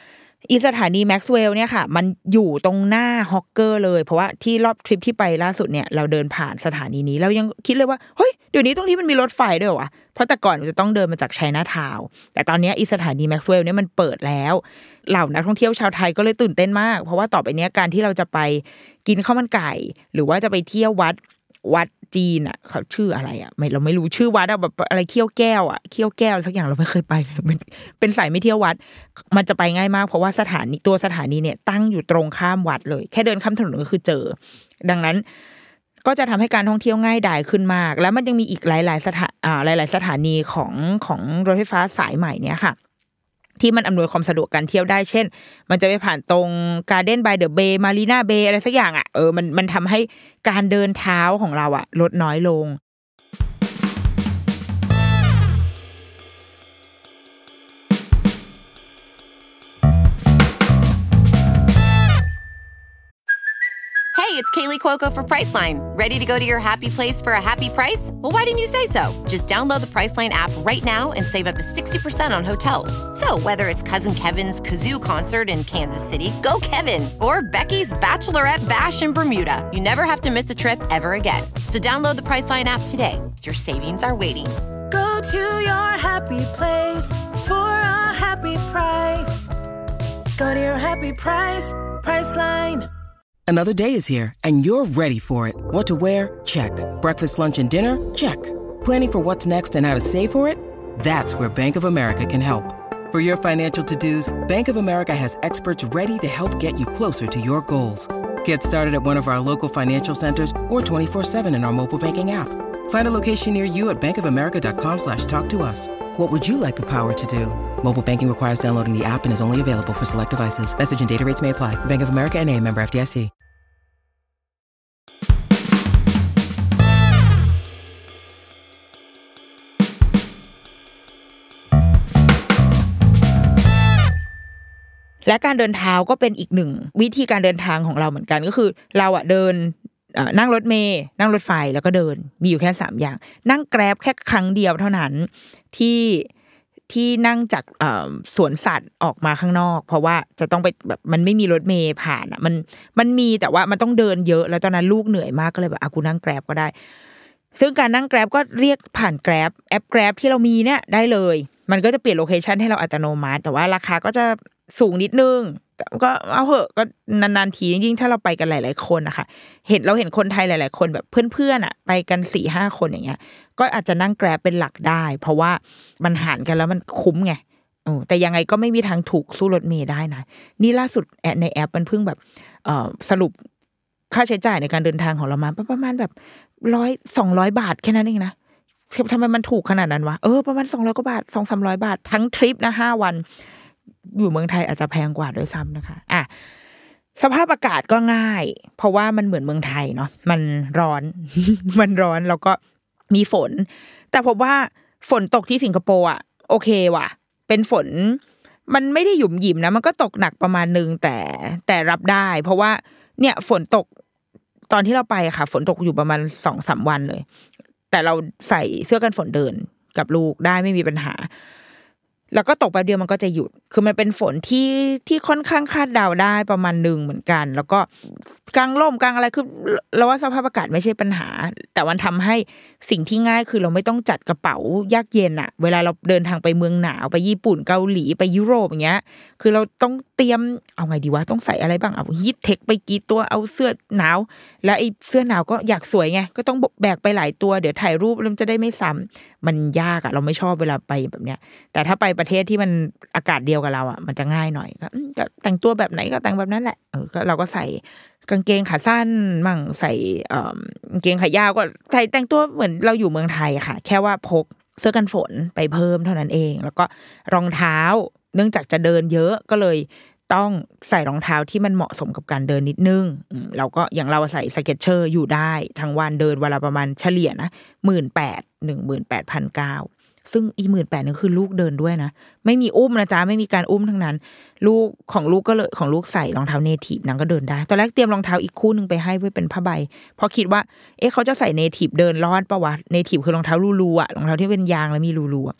[SPEAKER 5] อีสถานีแม็กซ์เวลล์เนี่ยค่ะมันอยู่ตรงหน้าฮอกเกอร์เลยเพราะว่าที่รอบทริปที่ไปล่าสุดเนี่ยเราเดินผ่านสถานีนี้เรายังคิดเลยว่าเฮ้ยเดี๋ยวนี้ตรงนี้มันมีรถไฟด้วยวะเพราะแต่ก่อนมันจะต้องเดินมาจากไชน่าทาวน์แต่ตอนนี้อีสถานีแม็กซ์เวลล์เนี่ยมันเปิดแล้วเหล่านักท่องเที่ยวชาวไทยก็เลยตื่นเต้นมากเพราะว่าต่อไปเนี้ยการที่เราจะไปกินข้าวมันไก่หรือว่าจะไปเที่ยววัดวัดจีนอ่ะเขาชื่ออะไรอ่ะไม่เราไม่รู้ชื่อวัดอ่ะแบบอะไรเขี้ยวแก้วอ่ะเขี้ยวแก้วสักอย่างเราไม่เคยไปเลยเป็นเป็นสายไม่เที่ยววัดมันจะไปง่ายมากเพราะว่าสถานีตัวสถานีเนี่ยตั้งอยู่ตรงข้ามวัดเลยแค่เดินข้ามถนนก็คือเจอดังนั้นก็จะทำให้การท่องเที่ยวง่ายดายขึ้นมากแล้วมันยังมีอีกหลายๆสถานอ่าหลายๆสถานีของของรถไฟฟ้าสายใหม่เนี่ยค่ะที่มันอำนวยความสะดวกการเที่ยวได้เช่นมันจะไปผ่านตรง Garden by the Bay Marina Bay อะไรสักอย่างอ่ะเออมันมันทำให้การเดินเท้าของเราอ่ะลดน้อยลง
[SPEAKER 2] Hey, it's Kaylee Cuoco for Priceline. Ready to go to your happy place for a happy price? Well, why didn't you say so? Just download the Priceline app right now and save up to sixty percent on hotels. So whether it's Cousin Kevin's Kazoo Concert in Kansas City, go Kevin, or Becky's Bachelorette Bash in Bermuda, you never have to miss a trip ever again. So download the Priceline app today. Your savings are waiting.
[SPEAKER 6] Go to your happy place for a happy price. Go to your happy price, Priceline.Another day is here, and you're ready for it. What to wear? Check. Breakfast, lunch, and dinner? Check. Planning for what's next and how to save for it? That's where Bank of America can help. For your financial to-dos, Bank of America has experts ready to help get you closer to your goals. Get started at one of our local financial centers or twenty-four seven in our mobile banking app. Find a location near you at bankofamerica.com slash talk to us. What would you like the power to do? Mobile banking requires downloading the app and is only available for select devices. Message and data rates may apply. Bank of America N A, member F D I C.
[SPEAKER 5] และการเดินเท้าก็เป็นอีกหนึ่งวิธีการเดินทางของเราเหมือนกันก็คือเราอ่ะเดินนั่งรถเมล์นั่งรถไฟแล้วก็เดินมีอยู่แค่สามอย่างนั่งแกร็บแค่ครั้งเดียวเท่านั้นที่ที่นั่งจากสวนสัตว์ออกมาข้างนอกเพราะว่าจะต้องไปแบบมันไม่มีรถเมล์ผ่านอ่ะมันมันมีแต่ว่ามันต้องเดินเยอะแล้วตอนนั้นลูกเหนื่อยมากก็เลยแบบอ่ะกูนั่งแกร็บก็ได้ซึ่งการนั่งแกร็บก็เรียกผ่านแกร็บแอปแกร็บที่เรามีเนี่ยได้เลยมันก็จะเปลี่ยนโลเคชันให้เราอัตโนมัติแต่ว่าราคาก็จะสูงนิดนึงแต่ก็เอาเหอะก็นานๆทียิ่งถ้าเราไปกันหลายๆคนนะคะเห็นเราเห็นคนไทยหลายๆคนแบบเพื่อนๆอ่ะไปกัน สี่ห้า คนอย่างเงี้ยก็อาจจะนั่งแกร็บเป็นหลักได้เพราะว่ามันหารกันแล้วมันคุ้มไงโอ้แต่ยังไงก็ไม่มีทางถูกสู้รถเมล์ได้นะนี่ล่าสุดแอดในแอปมันเพิ่งแบบเอ่อสรุปค่าใช้จ่ายในการเดินทางของเรามาประมาณแบบหนึ่งร้อย สองร้อยบาทแค่นั้นเองนะทำไมมันถูกขนาดนั้นวะเออประมาณสองร้อยกว่าบาท สองถึงสามร้อย บาททั้งทริปนะห้าวันอยู่เมืองไทยอาจจะแพงกว่าด้วยซ้ำนะคะอ่ะสภาพอากาศก็ง่ายเพราะว่ามันเหมือนเมืองไทยเนาะมันร้อน มันร้อนแล้วก็มีฝนแต่ผมว่าฝนตกที่สิงคโปร์อ่ะโอเคว่ะเป็นฝนมันไม่ได้หยุมหยิมนะมันก็ตกหนักประมาณนึงแต่แต่รับได้เพราะว่าเนี่ยฝนตกตอนที่เราไปค่ะฝนตกอยู่ประมาณ สองถึงสาม วันเลยแต่เราใส่เสื้อกันฝนเดินกับลูกได้ไม่มีปัญหาแล้วก็ตกแป๊บเดียวมันก็จะหยุดคือมันเป็นฝนที่ที่ค่อนข้างคาดเดาได้ประมาณนึงเหมือนกันแล้วก็กลางร่มกลางอะไรคือเราว่าสภาพอากาศไม่ใช่ปัญหาแต่มันทำให้สิ่งที่ง่ายคือเราไม่ต้องจัดกระเป๋ายากเย็นอะเวลาเราเดินทางไปเมืองหนาวไปญี่ปุ่นเกาหลีไปยุโรปอย่างเงี้ยคือเราต้องเตรียมเอาไงดีวะต้องใส่อะไรบ้างเอาฮีทเทคไปกี่ตัวเอาเสื้อหนาวแล้วไอ้เสื้อหนาวก็อยากสวยไงก็ต้องแบกไปหลายตัวเดี๋ยวถ่ายรูปแล้วมันจะได้ไม่ซ้ำมันยากอะเราไม่ชอบเวลาไปแบบเนี้ยแต่ถ้าไปประเทศที่มันอากาศเดียวกับเราอ่ะมันจะง่ายหน่อยก็แต่งตัวแบบไหนก็แต่งแบบนั้นแหละเออก็เราก็ใส่กางเกงขาสั้นมั่งใส่เอ่อกางเกงขายาวก็ใส่แต่งตัวเหมือนเราอยู่เมืองไทยอะค่ะแค่ว่าพกเสื้อกันฝนไปเพิ่มเท่านั้นเองแล้วก็รองเท้าเนื่องจากจะเดินเยอะก็เลยต้องใส่รองเท้าที่มันเหมาะสมกับการเดินนิดนึงเราก็อย่างเราใส่สเก็ตเชอร์อยู่ได้ทั้งวันเดินเวลาประมาณเฉลี่ยนะ หนึ่งหมื่นแปดพัน หนึ่งหมื่นแปดพันเก้าร้อยซึ่งอี หนึ่งหมื่นแปดพัน นึงคือลูกเดินด้วยนะไม่มีอุ้มนะจ๊ะไม่มีการอุ้มทั้งนั้นลูกของลูกก็เลยของลูกใส่รองเท้าเนทีฟนางก็เดินได้ตอนแรกเตรียมรองเท้าอีกคู่นึงไปให้ไว้เป็นผ้าใบเพราะคิดว่าเอ๊ะเขาจะใส่เนทีฟเดินรอดป่ะวะเนทีฟคือรองเท้ารูๆอ่ะรองเท้าที่เป็นยางแล้วมีรูๆอ่ะ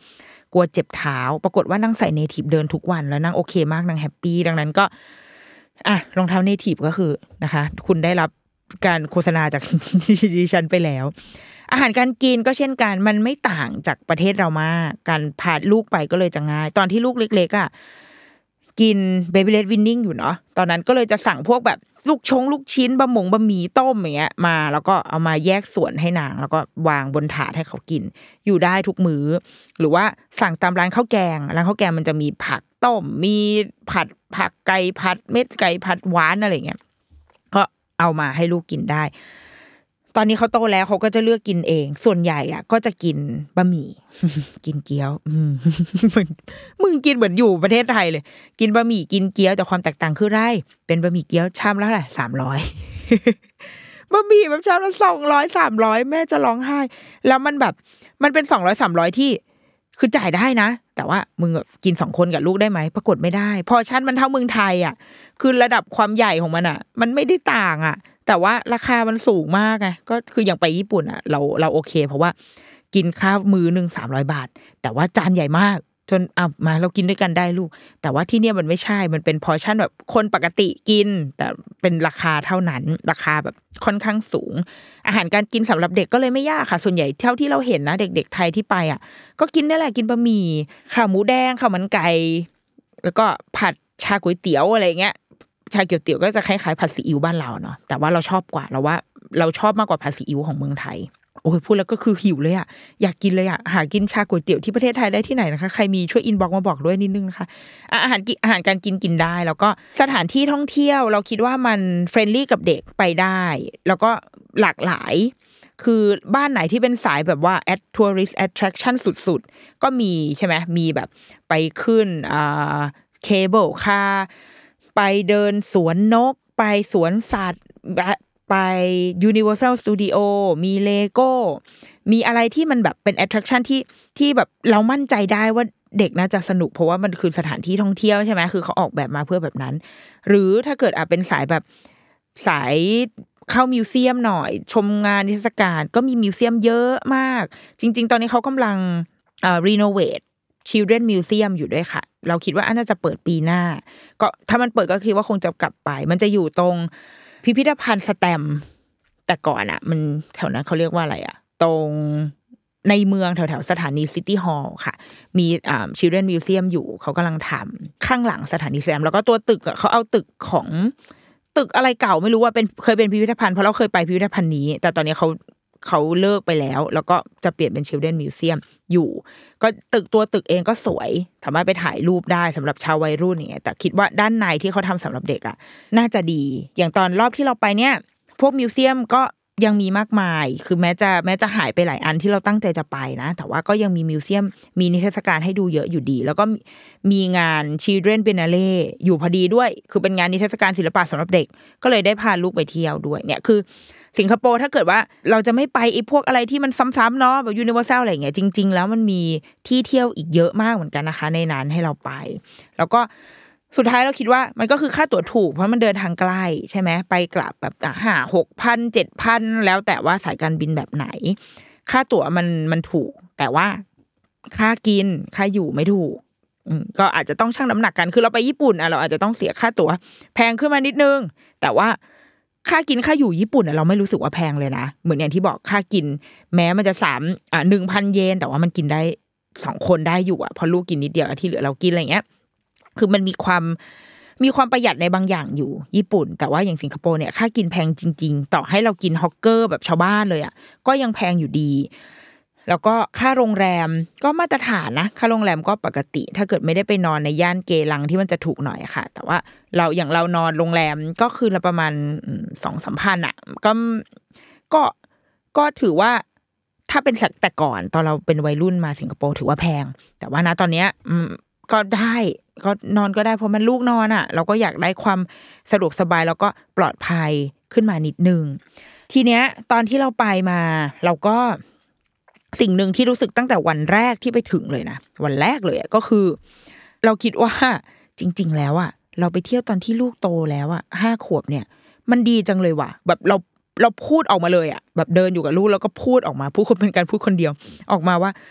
[SPEAKER 5] กลัวเจ็บเท้าปรากฏว่านั่งใส่เนทีฟเดินทุกวันแล้วนั่งโอเคมากนั่งแฮปปี้ดังนั้นก็อ่ะรองเท้าเนทีฟก็คือนะคะคุณได้รับการโฆษณาจากดิฉันไปแล้วอาหารการกินก็เช่นกันมันไม่ต่างจากประเทศเรามากการพาลูกไปก็เลยจะง่ายตอนที่ลูกเล็กๆอ่ะกินเบบี้เลดวินนิ่งอยู่เนาะตอนนั้นก็เลยจะสั่งพวกแบบลูกชงลูกชิ้นบะหมงบะหมี่ต้มอย่างเงี้ยมาแล้วก็เอามาแยกส่วนให้นางแล้วก็วางบนถาดให้เขากินอยู่ได้ทุกมื้อหรือว่าสั่งตามร้านข้าวแกงร้านข้าวแกงมันจะมีผักต้มมีผัดผักไก่ผัดเม็ดไก่ผัดหวานอะไรเงี้ยก็เอามาให้ลูกกินได้ตอนนี้เขาโตแล้วเขาก็จะเลือกกินเองส่วนใหญ่อ่ะก็จะกินบะหมี่กินเกี๊ยวมึงมึงกินเหมือนอยู่ประเทศไทยเลยกินบะหมี่กินเกี๊ยวแต่ความแตกต่างคือไรเป็นบะหมี่เกี๊ยวชามละเท่าไหร่สามร้อยบะหมี่แบบชามละสองร้อยสามร้อยแม่จะร้องไห้แล้วมันแบบมันเป็นสองร้อยสามร้อยที่คือจ่ายได้นะแต่ว่ามึงกินสองคนกับลูกได้ไหมปรากฏไม่ได้พอชั่นมันเท่าเมืองไทยอ่ะคือระดับความใหญ่ของมันอ่ะมันไม่ได้ต่างอ่ะแต่ว่าราคามันสูงมากไงก็คืออย่างไปญี่ปุ่นอ่ะเราเราโอเคเพราะว่ากินข้าวมื้อนึงสามร้อยบาทแต่ว่าจานใหญ่มากจนอ่ะมาเรากินด้วยกันได้ลูกแต่ว่าที่เนี่ยมันไม่ใช่มันเป็นพอร์ชั่นแบบคนปกติกินแต่เป็นราคาเท่านั้นราคาแบบค่อนข้างสูงอาหารการกินสำหรับเด็กก็เลยไม่ยากค่ะส่วนใหญ่เท่าที่เราเห็นนะเด็กๆไทยที่ไปอ่ะก็กินได้แหละกินบะหมี่ข้าวหมูแดงข้าวมันไก่แล้วก็ผัดชาก๋วยเตี๋ยวอะไรเงี้ยชาเกี๊ยวเตี๋ยวก็จะคล้ายๆผัดซีอิ๊วบ้านเราเนาะแต่ว่าเราชอบกว่าเราว่าเราชอบมากกว่าผัดซีอิ๊วของเมืองไทยโอ้ยพูดแล้วก็คือหิวเลยอ่ะอยากกินเลยอ่ะหากินชาก๋วยเตี๋ยวที่ประเทศไทยได้ที่ไหนนะคะใครมีช่วยอินบ็อกซ์มาบอกด้วยนิดนึงนะคะอาหารอาหารการกินกินได้แล้วก็สถานที่ท่องเที่ยวเราคิดว่ามันเฟรนลี่กับเด็กไปได้แล้วก็หลากหลายคือบ้านไหนที่เป็นสายแบบว่า at tourist attraction สุดๆก็มีใช่ไหมมีแบบไปขึ้นอ่าเคเบิลคาร์ไปเดินสวนนกไปสวนสัตว์ไป Universal Studio มี Lego มีอะไรที่มันแบบเป็น attraction ที่ที่แบบเรามั่นใจได้ว่าเด็กน่าจะสนุกเพราะว่ามันคือสถานที่ท่องเที่ยวใช่ไหมคือเขาออกแบบมาเพื่อแบบนั้นหรือถ้าเกิดอ่ะเป็นสายแบบสายเข้ามิวเซียมหน่อยชมงานนิทรรศการก็มีมิวเซียมเยอะมากจริงๆตอนนี้เขากำลังอ่า renovate Children Museum อยู่ด้วยค่ะเราคิดว่าน่าจะเปิดปีหน้าก็ถ้ามันเปิดก็คิดว่าคงจะกลับไปมันจะอยู่ตรงพิพิธภัณฑ์สแตมป์แต่ก่อนอ่ะมันแถวนั้นเขาเรียกว่าอะไรอ่ะตรงในเมืองแถวๆสถานีซิตี้ฮอลล์ค่ะมีอ่า Children Museum อยู่เขากำลังทำข้างหลังสถานีสแตมป์แล้วก็ตัวตึกเขาเอาตึกของตึกอะไรเก่าไม่รู้ว่าเป็นเคยเป็นพิพิธภัณฑ์เพราะเราเคยไปพิพิธภัณฑ์นี้แต่ตอนนี้เขาเขาเลิกไปแล้วแล้วก็จะเปลี่ยนเป็น Children Museum อยู่ก็ตึกตัวตึกเองก็สวยสามารถไปถ่ายรูปได้สำหรับชาววัยรุ่นอย่างเงี้ยแต่คิดว่าด้านในที่เขาทำสำหรับเด็กอ่ะน่าจะดีอย่างตอนรอบที่เราไปเนี่ยพวกมิวเซียมก็ยังมีมากมายคือแม้จะแม้จะหายไปหลายอันที่เราตั้งใจจะไปนะแต่ว่าก็ยังมีมิวเซียมมีนิทรรศการให้ดูเยอะอยู่ดีแล้วก็มีงาน Children Biennale อยู่พอดีด้วยคือเป็นงานนิทรรศการศิลปะสำหรับเด็กก็เลยได้พาลูกไปเที่ยวด้วยเนี่ยคือสิงคโปร์ถ้าเกิดว่าเราจะไม่ไปไอ้พวกอะไรที่มันซ้ำๆเนาะแบบ Universal อะไรอย่างเงี้ยจริงๆแล้วมันมีที่เที่ยวอีกเยอะมากเหมือนกันนะคะในนั้นให้เราไปแล้วก็สุดท้ายเราคิดว่ามันก็คือค่าตั๋วถูกเพราะมันเดินทางใกล้ใช่ไหมไปกลับแบบห้า หกพัน เจ็ดพันแล้วแต่ว่าสายการบินแบบไหนค่าตั๋วมันมันถูกแต่ว่าค่ากินค่าอยู่ไม่ถูกก็อาจจะต้องชั่งน้ำหนักกันคือเราไปญี่ปุ่นอ่ะเราอาจจะต้องเสียค่าตั๋วแพงขึ้นมานิดนึงแต่ว่าค่ากินค่าอยู่ญี่ปุ่นเราไม่รู้สึกว่าแพงเลยนะเหมือนอย่างที่บอกค่ากินแม้มันจะสามอ่าหนึ่งพันเยนแต่ว่ามันกินได้สองคนได้อยู่อ่ะพอลูกกินนิดเดียวที่เหลือเรากินอะไรเงี้ยคือมันมีความมีความประหยัดในบางอย่างอยู่ญี่ปุ่นแต่ว่าอย่างสิงคโปร์เนี่ยค่ากินแพงจริงๆต่อให้เรากินฮอกเกอร์แบบชาวบ้านเลยอ่ะก็ยังแพงอยู่ดีแล้วก็ค่าโรงแรมก็มาตรฐานนะค่าโรงแรมก็ปกติถ้าเกิดไม่ได้ไปนอนในย่านเกลังที่มันจะถูกหน่อยค่ะแต่ว่าเราอย่างเรานอนโรงแรมก็คืนละประมาณ สองถึงสามพัน อ่ะก็ก็ก็ถือว่าถ้าเป็นแต่ก่อนตอนเราเป็นวัยรุ่นมาสิงคโปร์ถือว่าแพงแต่ว่านะตอนเนี้ยก็ได้ก็นอนก็ได้เพราะมันลูกนอนอ่ะเราก็อยากได้ความสะดวกสบายแล้วก็ปลอดภัยขึ้นมานิดนึงทีเนี้ยตอนที่เราไปมาเราก็สิ่งหนึ่งที่รู้สึกตั้งแต่วันแรกที่ไปถึงเลยนะวันแรกเลยก็คือเราคิดว่าจริงๆแล้วอ่ะเราไปเที่ยวตอนที่ลูกโตแล้วอ่ะห้าขวบเนี่ยมันดีจังเลยว่ะแบบเราเราพูดออกมาเลยอ่ะแบบเดินอยู่กับลูกแล้วก็พูดออกมาพูดคนเป็นการพูดคนเดียวออกมาว่า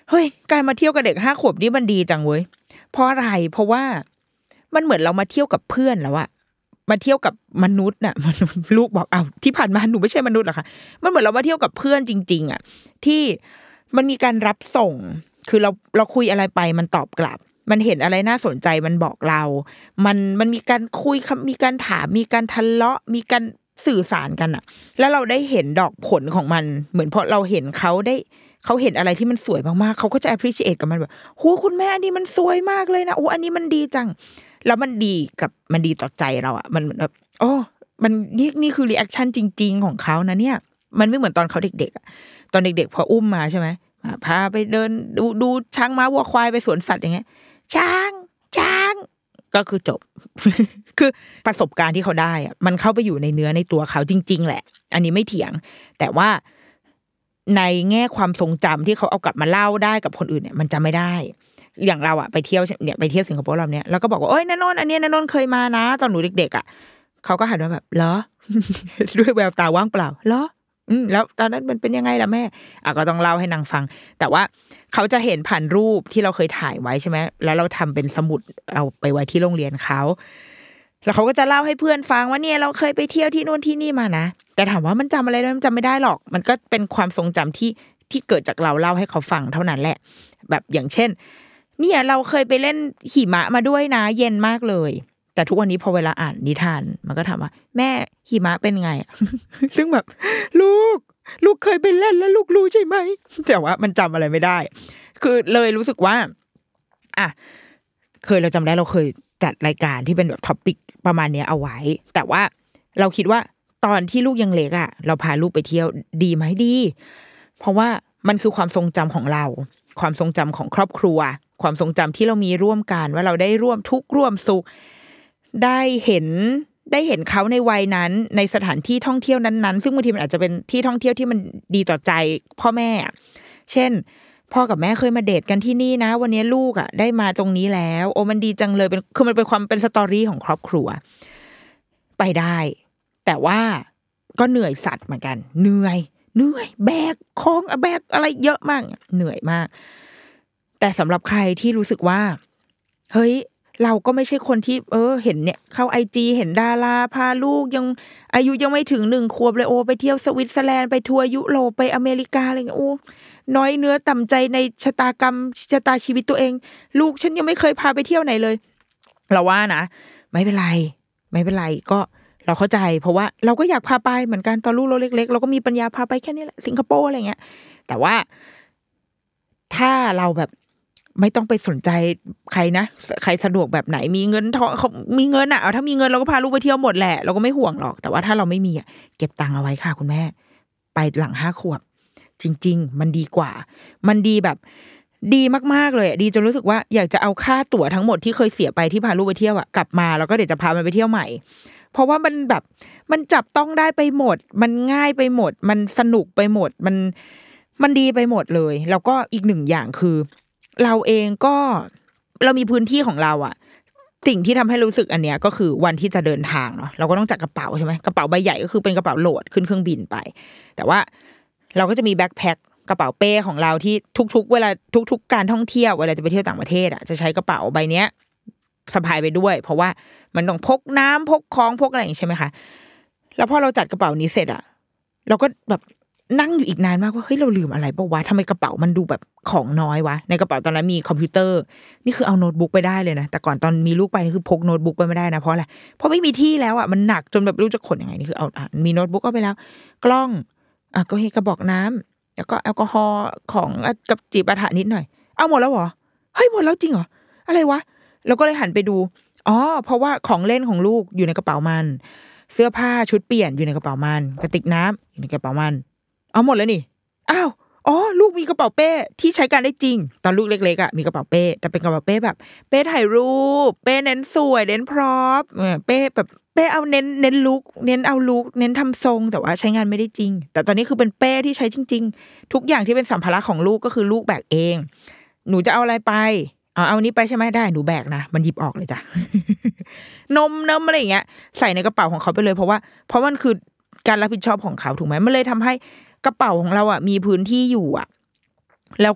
[SPEAKER 5] เฮ้ยการมาเที่ยวกับเด็กห้าขวบนี่มันดีจังเว้ยเพราะอะไรเพราะว่ามันเหมือนเรามาเที่ยวกับเพื่อนแล้วอะมาเที่ยวกับมนุษย์น่ะมนุษย์ลูกบอกอ้าวที่ผ่านมาหนูไม่ใช่มนุษย์หรอคะมันเหมือนเรามาเที่ยวกับเพื่อนจริงๆอะที่มันมีการรับส่งคือเราเราคุยอะไรไปมันตอบกลับมันเห็นอะไรน่าสนใจมันบอกเรามันมันมีการคุยมีการถามมีการทะเลาะมีการสื่อสารกันอะแล้วเราได้เห็นดอกผลของมันเหมือนพอเราเห็นเขาได้เขาเห็นอะไรที่มันสวยมากๆเขาก็จะ appreciate กับมันแบบโหคุณแม่อันนี้มันสวยมากเลยนะโอ้อันนี้มันดีจังแล้วมันดีกับมันดีต่อใจเราอ่ะมันแบบโอ้มันนี่นี่คือ reaction จริงๆของเขานะเนี่ยมันไม่เหมือนตอนเขาเด็กๆอ่ะตอนเด็กๆพออุ้มมาใช่ไหมพาไปเดินดูดูช้างม้าวัวควายไปสวนสัตว์อย่างเงี้ยช้างช้างก็คือจบ คือประสบการณ์ที่เขาได้อ่ะมันเข้าไปอยู่ในเนื้อในตัวเขาจริงๆแหละอันนี้ไม่เถียงแต่ว่าในแง่ความทรงจำที่เขาเอากลับมาเล่าได้กับคนอื่นเนี่ยมันจำไม่ได้อย่างเราอะไปเที่ยวเนี่ยไปเที่ยวสิงคโปร์รอบเนี้ยแล้วก็บอกว่าโอ๊ยนนนอันนี้นนนเคยมานะตอนหนูเด็กๆอะเขาก็หันมาแบบเหรอ ด้วยแววตาว่างเปล่าเหรออืมแล้วตอนนั้นมันเป็นยังไงล่ะแม่อ่ะก็ต้องเล่าให้นางฟังแต่ว่าเขาจะเห็นผ่านรูปที่เราเคยถ่ายไว้ใช่ไหมแล้วเราทำเป็นสมุดเอาไปไว้ที่โรงเรียนเขาแล้วเขาก็จะเล่าให้เพื่อนฟังว่าเนี่ยเราเคยไปเที่ยวที่นู่นที่นี่มานะแต่ถามว่ามันจำอะไรได้มันจำไม่ได้หรอกมันก็เป็นความทรงจำที่ที่เกิดจากเราเล่าให้เขาฟังเท่านั้นแหละแบบอย่างเช่นเนี่ยเราเคยไปเล่นหิมะมาด้วยนะเย็นมากเลยแต่ทุกวันนี้พอเวลาอ่านนิทานมันก็ถามว่าแม่หิมะเป็นไง ซึ่งแบบลูกลูกเคยไปเล่นแล้วลูกรู้ใช่ไหมแต่ว่ามันจำอะไรไม่ได้คือเลยรู้สึกว่าอ่ะเคยเราจำได้เราเคยจัดรายการที่เป็นแบบท็อปิกประมาณนี้เอาไว้แต่ว่าเราคิดว่าตอนที่ลูกยังเล็กอ่ะเราพาลูกไปเที่ยวดีไหมดีเพราะว่ามันคือความทรงจำของเราความทรงจำของครอบครัวความทรงจำที่เรามีร่วมกันว่าเราได้ร่วมทุกข์ร่วมสุขได้เห็นได้เห็นเขาในวัยนั้นในสถานที่ท่องเที่ยวนั้นๆซึ่งบางทีมันอาจจะเป็นที่ท่องเที่ยวที่มันดีต่อใจพ่อแม่เช่นพ่อกับแม่เคยมาเดทกันที่นี่นะวันนี้ลูกอ่ะได้มาตรงนี้แล้วโอ้มันดีจังเลยเป็นคือมันเป็นความเป็นสตอรี่ของครอบครัวไปได้แต่ว่าก็เหนื่อยสัตว์เหมือนกันเหนื่อยเหนื่อยแบกของแบกอะไรเยอะมากเหนื่อยมากแต่สำหรับใครที่รู้สึกว่าเฮ้ยเราก็ไม่ใช่คนที่เออเห็นเนี่ยเข้า ไอ จี เห็นดาราพาลูกยังอายุยังไม่ถึงหนึ่งขวบเลยโอ้ไปเที่ยวสวิตเซอร์แลนด์ไปทัวร์ยุโรปไปอเมริกาอะไรอย่างเงี้ยโอ้น้อยเนื้อต่ำใจในชะตากรรมชะตาชีวิตตัวเองลูกฉันยังไม่เคยพาไปเที่ยวไหนเลยเราว่านะไม่เป็นไรไม่เป็นไรก็เราเข้าใจเพราะว่าเราก็อยากพาไปเหมือนกันตอนลูกเราเล็กๆเราก็มีปัญญาพาไปแค่นี้แหละสิงคโปร์อะไรเงี้ยแต่ว่าถ้าเราแบบไม่ต้องไปสนใจใครนะใครสะดวกแบบไหนมีเงินทองเขามีเงินอ่ะเอาถ้ามีเงินเราก็พาลูกไปเที่ยวหมดแหละเราก็ไม่ห่วงหรอกแต่ว่าถ้าเราไม่มีอ่ะเก็บตังค์เอาไว้ค่ะคุณแม่ไปหลังห้าขวบจริงๆมันดีกว่ามันดีแบบดีมากๆเลยดีจนรู้สึกว่าอยากจะเอาค่าตั๋วทั้งหมดที่เคยเสียไปที่พาลูกไปเที่ยวอ่ะกลับมาแล้วก็เดี๋ยวจะพามันไปเที่ยวใหม่เพราะว่ามันแบบมันจับต้องได้ไปหมดมันง่ายไปหมดมันสนุกไปหมดมันมันดีไปหมดเลยแล้วก็อีกหนึ่งอย่างคือเราเองก็เรามีพื้นที่ของเราอะสิ่งที่ทำให้รู้สึกอันเนี้ยก็คือวันที่จะเดินทางเนาะเราก็ต้องจัดกระเป๋าใช่ไหมกระเป๋าใบใหญ่ก็คือเป็นกระเป๋าโหลดขึ้นเครื่องบินไปแต่ว่าเราก็จะมีแบ็คแพ็คกระเป๋าเป้ของเราที่ทุกๆเวลาทุกๆการท่องเที่ยวเวลาจะไปเที่ยวต่างประเทศอะจะใช้กระเป๋าใบเนี้ยสะพายไปด้วยเพราะว่ามันต้องพกน้ำพกของพกอะไรอย่างนี้ใช่ไหมคะแล้วพอเราจัดกระเป๋านี้เสร็จอะเราก็แบบนั่งอยู่อีกนานมากว่าเฮ้ยเราลืมอะไรป่าววะทำไมกระเป๋ามันดูแบบของน้อยวะในกระเป๋าตอนนั้นมีคอมพิวเตอร์นี่คือเอาโน้ตบุ๊กไปได้เลยนะแต่ก่อนตอนมีลูกไปนี่คือพกโน้ตบุ๊กไปไม่ได้นะเพราะอะไรเพราะไม่มีที่แล้วอ่ะมันหนักจนแบบไม่รู้จะขนยังไงนี่คือเอามีโน้ตบุ๊กก็ไปแล้วกล้องอ่ะก็เฮกระบอกน้ำแล้วก็แอลกอฮอล์ของกับจีบอาถรรพ์นิดหน่อยเอาหมดแล้วเหรอเฮ้ยหมดแล้วจริงเหรออะไรวะเราก็เลยหันไปดูอ๋อเพราะว่าของเล่นของลูกอยู่ในกระเป๋ามันเสื้อผ้าชุดเปลี่ยนอยู่ในกระเป๋ามันกระติกน้ำอยู่ในกระเป๋ามันเอาหมดแล้วนี่อ้าวอ๋อลูกมีกระเป๋าเป้ที่ใช้การได้จริงตอนลูกเล็กๆอ่ะมีกระเป๋าเป้แต่เป็นกระเป๋าเป้แบบเป้ถ่ายรูปเป้เน้นสวยเน้นพร็อพเป้แบบเป้เอาเน้นเน้นลุคเน้นเอาลุคเน้นทำทรงแต่ว่าใช้งานไม่ได้จริงแต่ตอนนี้คือเป็นเป้ที่ใช้จริงๆทุกอย่างที่เป็นสัมภาระของลูกก็คือลูกแบกเองหนูจะเอาอะไรไปเอาเอานี้ไปใช่ไหมได้หนูแบกนะมันหยิบออกเลยจ้ะ นมนมอะไรอย่างเงี้ยใส่ในกระเป๋าของเขาไปเลยเพราะว่าเพราะมันคือการรับผิดชอบของเขาถูกไหมมันเลยทำให้กระเป๋าของเราอ่ะมีพื้นที่อยู่อ่ะแล้วก็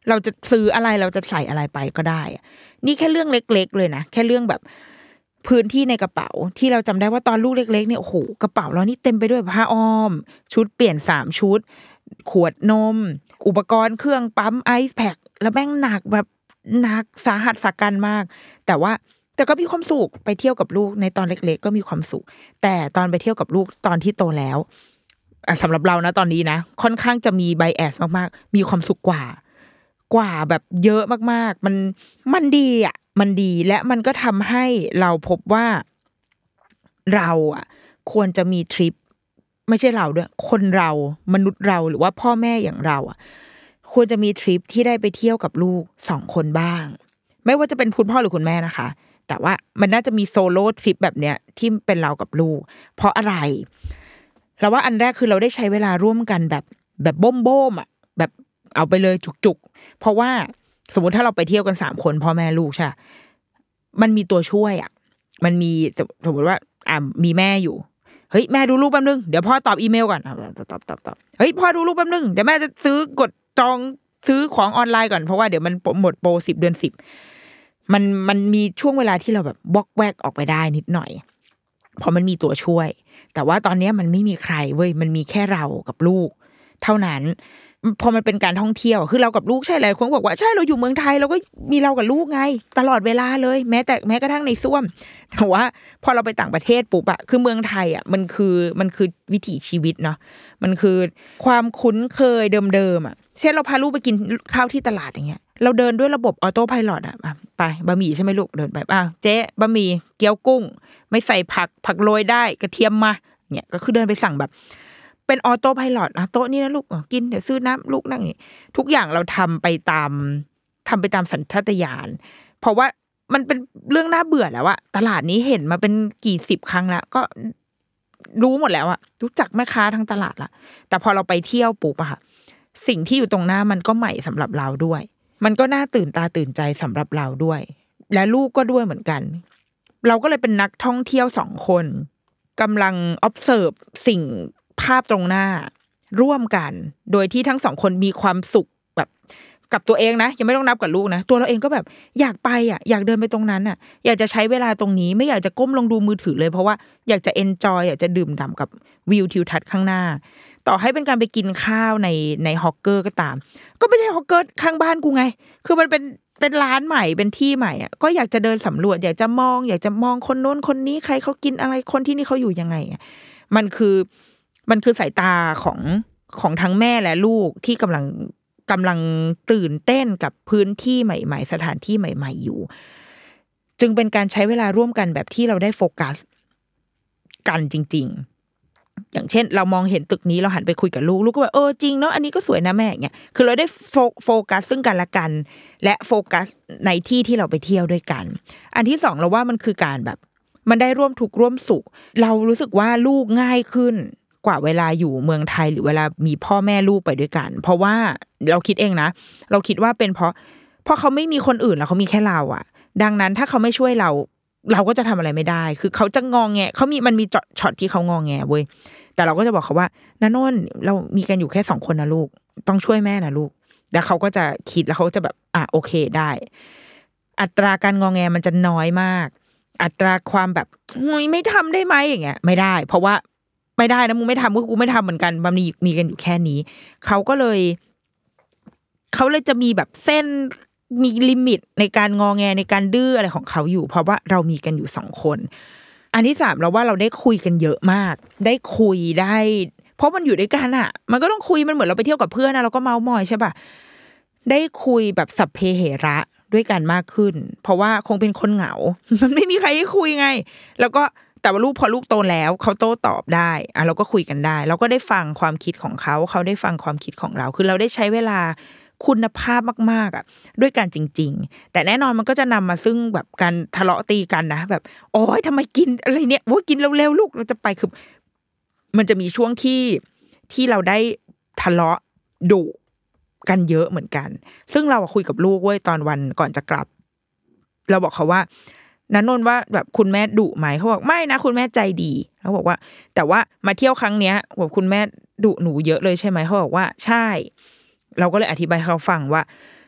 [SPEAKER 5] เราจะซื้ออะไรเราจะใส่อะไรไปก็ได้นี่แค่เรื่องเล็กๆเลยนะแค่เรื่องแบบพื้นที่ในกระเป๋าที่เราจำได้ว่าตอนลูกเล็กๆเนี่ยโอ้โหกระเป๋าเรานี่เต็มไปด้วยผ้าอ้อมชุดเปลี่ยนสามชุดขวดนมอุปกรณ์เครื่องปั๊มไอซ์แพ็คแล้วแม่งหนักแบบหนักสาหัสสากันมากแต่ว่าแต่ก็มีความสุขไปเที่ยวกับลูกในตอนเล็กๆก็มีความสุขแต่ตอนไปเที่ยวกับลูกตอนที่โตแล้วสำหรับเรานะตอนนี้นะค่อนข้างจะมีไบแอสมากๆมีความสุขกว่ากว่าแบบเยอะมากๆมันมันดีอ่ะมันดีและมันก็ทำให้เราพบว่าเราอ่ะควรจะมีทริปไม่ใช่เราด้วยคนเรามนุษย์เราหรือว่าพ่อแม่อย่างเราอ่ะควรจะมีทริปที่ได้ไปเที่ยวกับลูกสองคนบ้างไม่ว่าจะเป็นคุณพ่อหรือคุณแม่นะคะแต่ว่ามันน่าจะมีโซโล่ทริปแบบเนี้ยที่เป็นเรากับลูกเพราะอะไรเราว่าอันแรกคือเราได้ใช้เวลาร่วมกันแบบแบบบ้มบ้มอ่ะแบบเอาไปเลยจุกๆเพราะว่าสมมุติถ้าเราไปเที่ยวกันสามคนพ่อแม่ลูกใช่มันมีตัวช่วยอ่ะมันมีสมมติว่าอ่ะมีแม่อยู่เฮ้ยแม่ดูรูปแป๊บนึงเดี๋ยวพ่อตอบอีเมลก่อนตอบตอบตอบตอบเฮ้ยพ่อดูรูปแป๊บนึงเดี๋ยวแม่จะซื้อกดจองซื้อของออนไลน์ก่อนเพราะว่าเดี๋ยวมันหมดโปรสิบเดือนสิบมันมันมีช่วงเวลาที่เราแบบบล็อกแวกออกไปได้นิดหน่อยเพราะมันมีตัวช่วยแต่ว่าตอนนี้มันไม่มีใครเว้ยมันมีแค่เรากับลูกเท่านั้นพอมันเป็นการท่องเที่ยวคือเรากับลูกใช่เลยคนบอกว่าใช่เราอยู่เมืองไทยเราก็มีเรากับลูกไงตลอดเวลาเลยแม้แต่แม้กระทั่งในซ่วมแต่ว่าพอเราไปต่างประเทศปุ๊บอะคือเมืองไทยอะมันคือมันคือวิถีชีวิตเนาะมันคือความคุ้นเคยเดิมๆอะเช่นเราพาลูกไปกินข้าวที่ตลาดอย่างเงี้ยเราเดินด้วยระบบออโต้ไพลอตอะไปบะหมี่ใช่ไหมลูกเดินไปอ้าวเจ๊บะหมี่เกี๊ยวกุ้งไม่ใส่ผักผักโรยได้กระเทียมมาเนี่ยก็คือเดินไปสั่งแบบเป็นออโต้ไพลอตอ่ะโต๊ะนี่นะลูกกินเดี๋ยวซื้อน้ำลูกนั่งนี่ทุกอย่างเราทำไปตามทำไปตามสัญชาตญาณเพราะว่ามันเป็นเรื่องน่าเบื่อแล้วอะตลาดนี้เห็นมาเป็นกี่สิบครั้งแล้วก็รู้หมดแล้วอะรู้จักแม่ค้าทั้งตลาดละแต่พอเราไปเที่ยวปุ๊บอะค่ะสิ่งที่อยู่ตรงหน้ามันก็ใหม่สำหรับเราด้วยมันก็น่าตื่นตาตื่นใจสำหรับเราด้วยและลูกก็ด้วยเหมือนกันเราก็เลยเป็นนักท่องเที่ยวสองคนกำลัง observe สิ่งภาพตรงหน้าร่วมกันโดยที่ทั้งสองคนมีความสุขแบบกับตัวเองนะยังไม่ต้องนับกับลูกนะตัวเราเองก็แบบอยากไปอ่ะอยากเดินไปตรงนั้นอ่ะอยากจะใช้เวลาตรงนี้ไม่อยากจะก้มลงดูมือถือเลยเพราะว่าอยากจะ enjoy อยากจะดื่มด่ำกับวิวทิวทัศน์ข้างหน้าต่อให้เป็นการไปกินข้าวในในฮอกเกอร์ก็ตามก็ไม่ใช่ฮอกเกอร์ข้างบ้านกูไงคือมันเป็นเป็นร้านใหม่เป็นที่ใหม่อ่ะก็อยากจะเดินสำรวจอยากจะมองอยากจะมองคนโน้นคนนี้ใครเขากินอะไรคนที่นี่เขาอยู่ยังไงมันคือมันคือสายตาของของทั้งแม่และลูกที่กำลังกำลังตื่นเต้นกับพื้นที่ใหม่ๆสถานที่ใหม่ๆอยู่จึงเป็นการใช้เวลาร่วมกันแบบที่เราได้โฟกัสกันจริงๆอย่างเช่นเรามองเห็นตึกนี้เราหันไปคุยกับลูกลูกก็แบบเออจริงเนาะอันนี้ก็สวยนะแม่อย่างเงี้ยคือเราได้โฟกัสซึ่งกันและกันและโฟกัสในที่ที่เราไปเที่ยวด้วยกันอันที่สองเราว่ามันคือการแบบมันได้ร่วมทุกข์ร่วมสุขเรารู้สึกว่าลูกง่ายขึ้นกว่าเวลาอยู่เมืองไทยหรือเวลามีพ่อแม่ลูกไปด้วยกันเพราะว่าเราคิดเองนะเราคิดว่าเป็นเพราะเพราะเขาไม่มีคนอื่นแล้วเขามีแค่เราอ่ะดังนั้นถ้าเขาไม่ช่วยเราเราก็จะทำอะไรไม่ได้คือเขาจะงองแงเขามีมันมีช็อตที่เขางองแงเว้ยแต่เราก็จะบอกเขาว่าน้าโน่นเรามีกันอยู่แค่สองคนนะลูกต้องช่วยแม่นะลูกแล้วเขาก็จะคิดแล้วเขาจะแบบอ่ะโอเคได้อัตราการงองแงมันจะน้อยมากอัตราความแบบไม่ทำได้ไหมอย่างเงี้ยไม่ได้เพราะว่าไม่ได้นะมึงไม่ทำก็กูไม่ทำเหมือนกันมันมีมีกันอยู่แค่นี้เขาก็เลยเขาเลยจะมีแบบเส้นมีลิมิตในการงอแงในการดื้ออะไรของเขาอยู่เพราะว่าเรามีกันอยู่สองคนอันที่สามเราว่าเราได้คุยกันเยอะมากได้คุยได้เพราะมันอยู่ด้วยกันอ่ะมันก็ต้องคุยมันเหมือนเราไปเที่ยวกับเพื่อนนะเราก็เมามอยใช่ป่ะได้คุยแบบสัพเพเหระด้วยกันมากขึ้นเพราะว่าคงเป็นคนเหงามันไม่มีใครให้คุยไงแล้วก็แต่ว่าลูกพอลูกโตแล้วเขาโต้ตอบได้อ่ะเราก็คุยกันได้เราก็ได้ฟังความคิดของเขาเขาได้ฟังความคิดของเราคือเราได้ใช้เวลาคุณภาพมากๆอ่ะด้วยกันจริงๆแต่แน่นอนมันก็จะนำมาซึ่งแบบการทะเลาะตีกันนะแบบโอ๊ยทำไมกินอะไรเนี่ยโอ๊ยกินเร็วๆลูกเราจะไปคือมันจะมีช่วงที่ที่เราได้ทะเลาะดุกันเยอะเหมือนกันซึ่งเราคุยกับลูกเว้ยตอนวันก่อนจะกลับเราบอกเขาว่าณนนท์ว่าแบบคุณแม่ดุไหมเขาบอกไม่นะคุณแม่ใจดีเขาบอกว่าแต่ว่ามาเที่ยวครั้งเนี้ยบอกคุณแม่ดุหนูเยอะเลยใช่ไหมเขาบอกว่าใช่เราก็เลยอธิบายเขาฟังว่า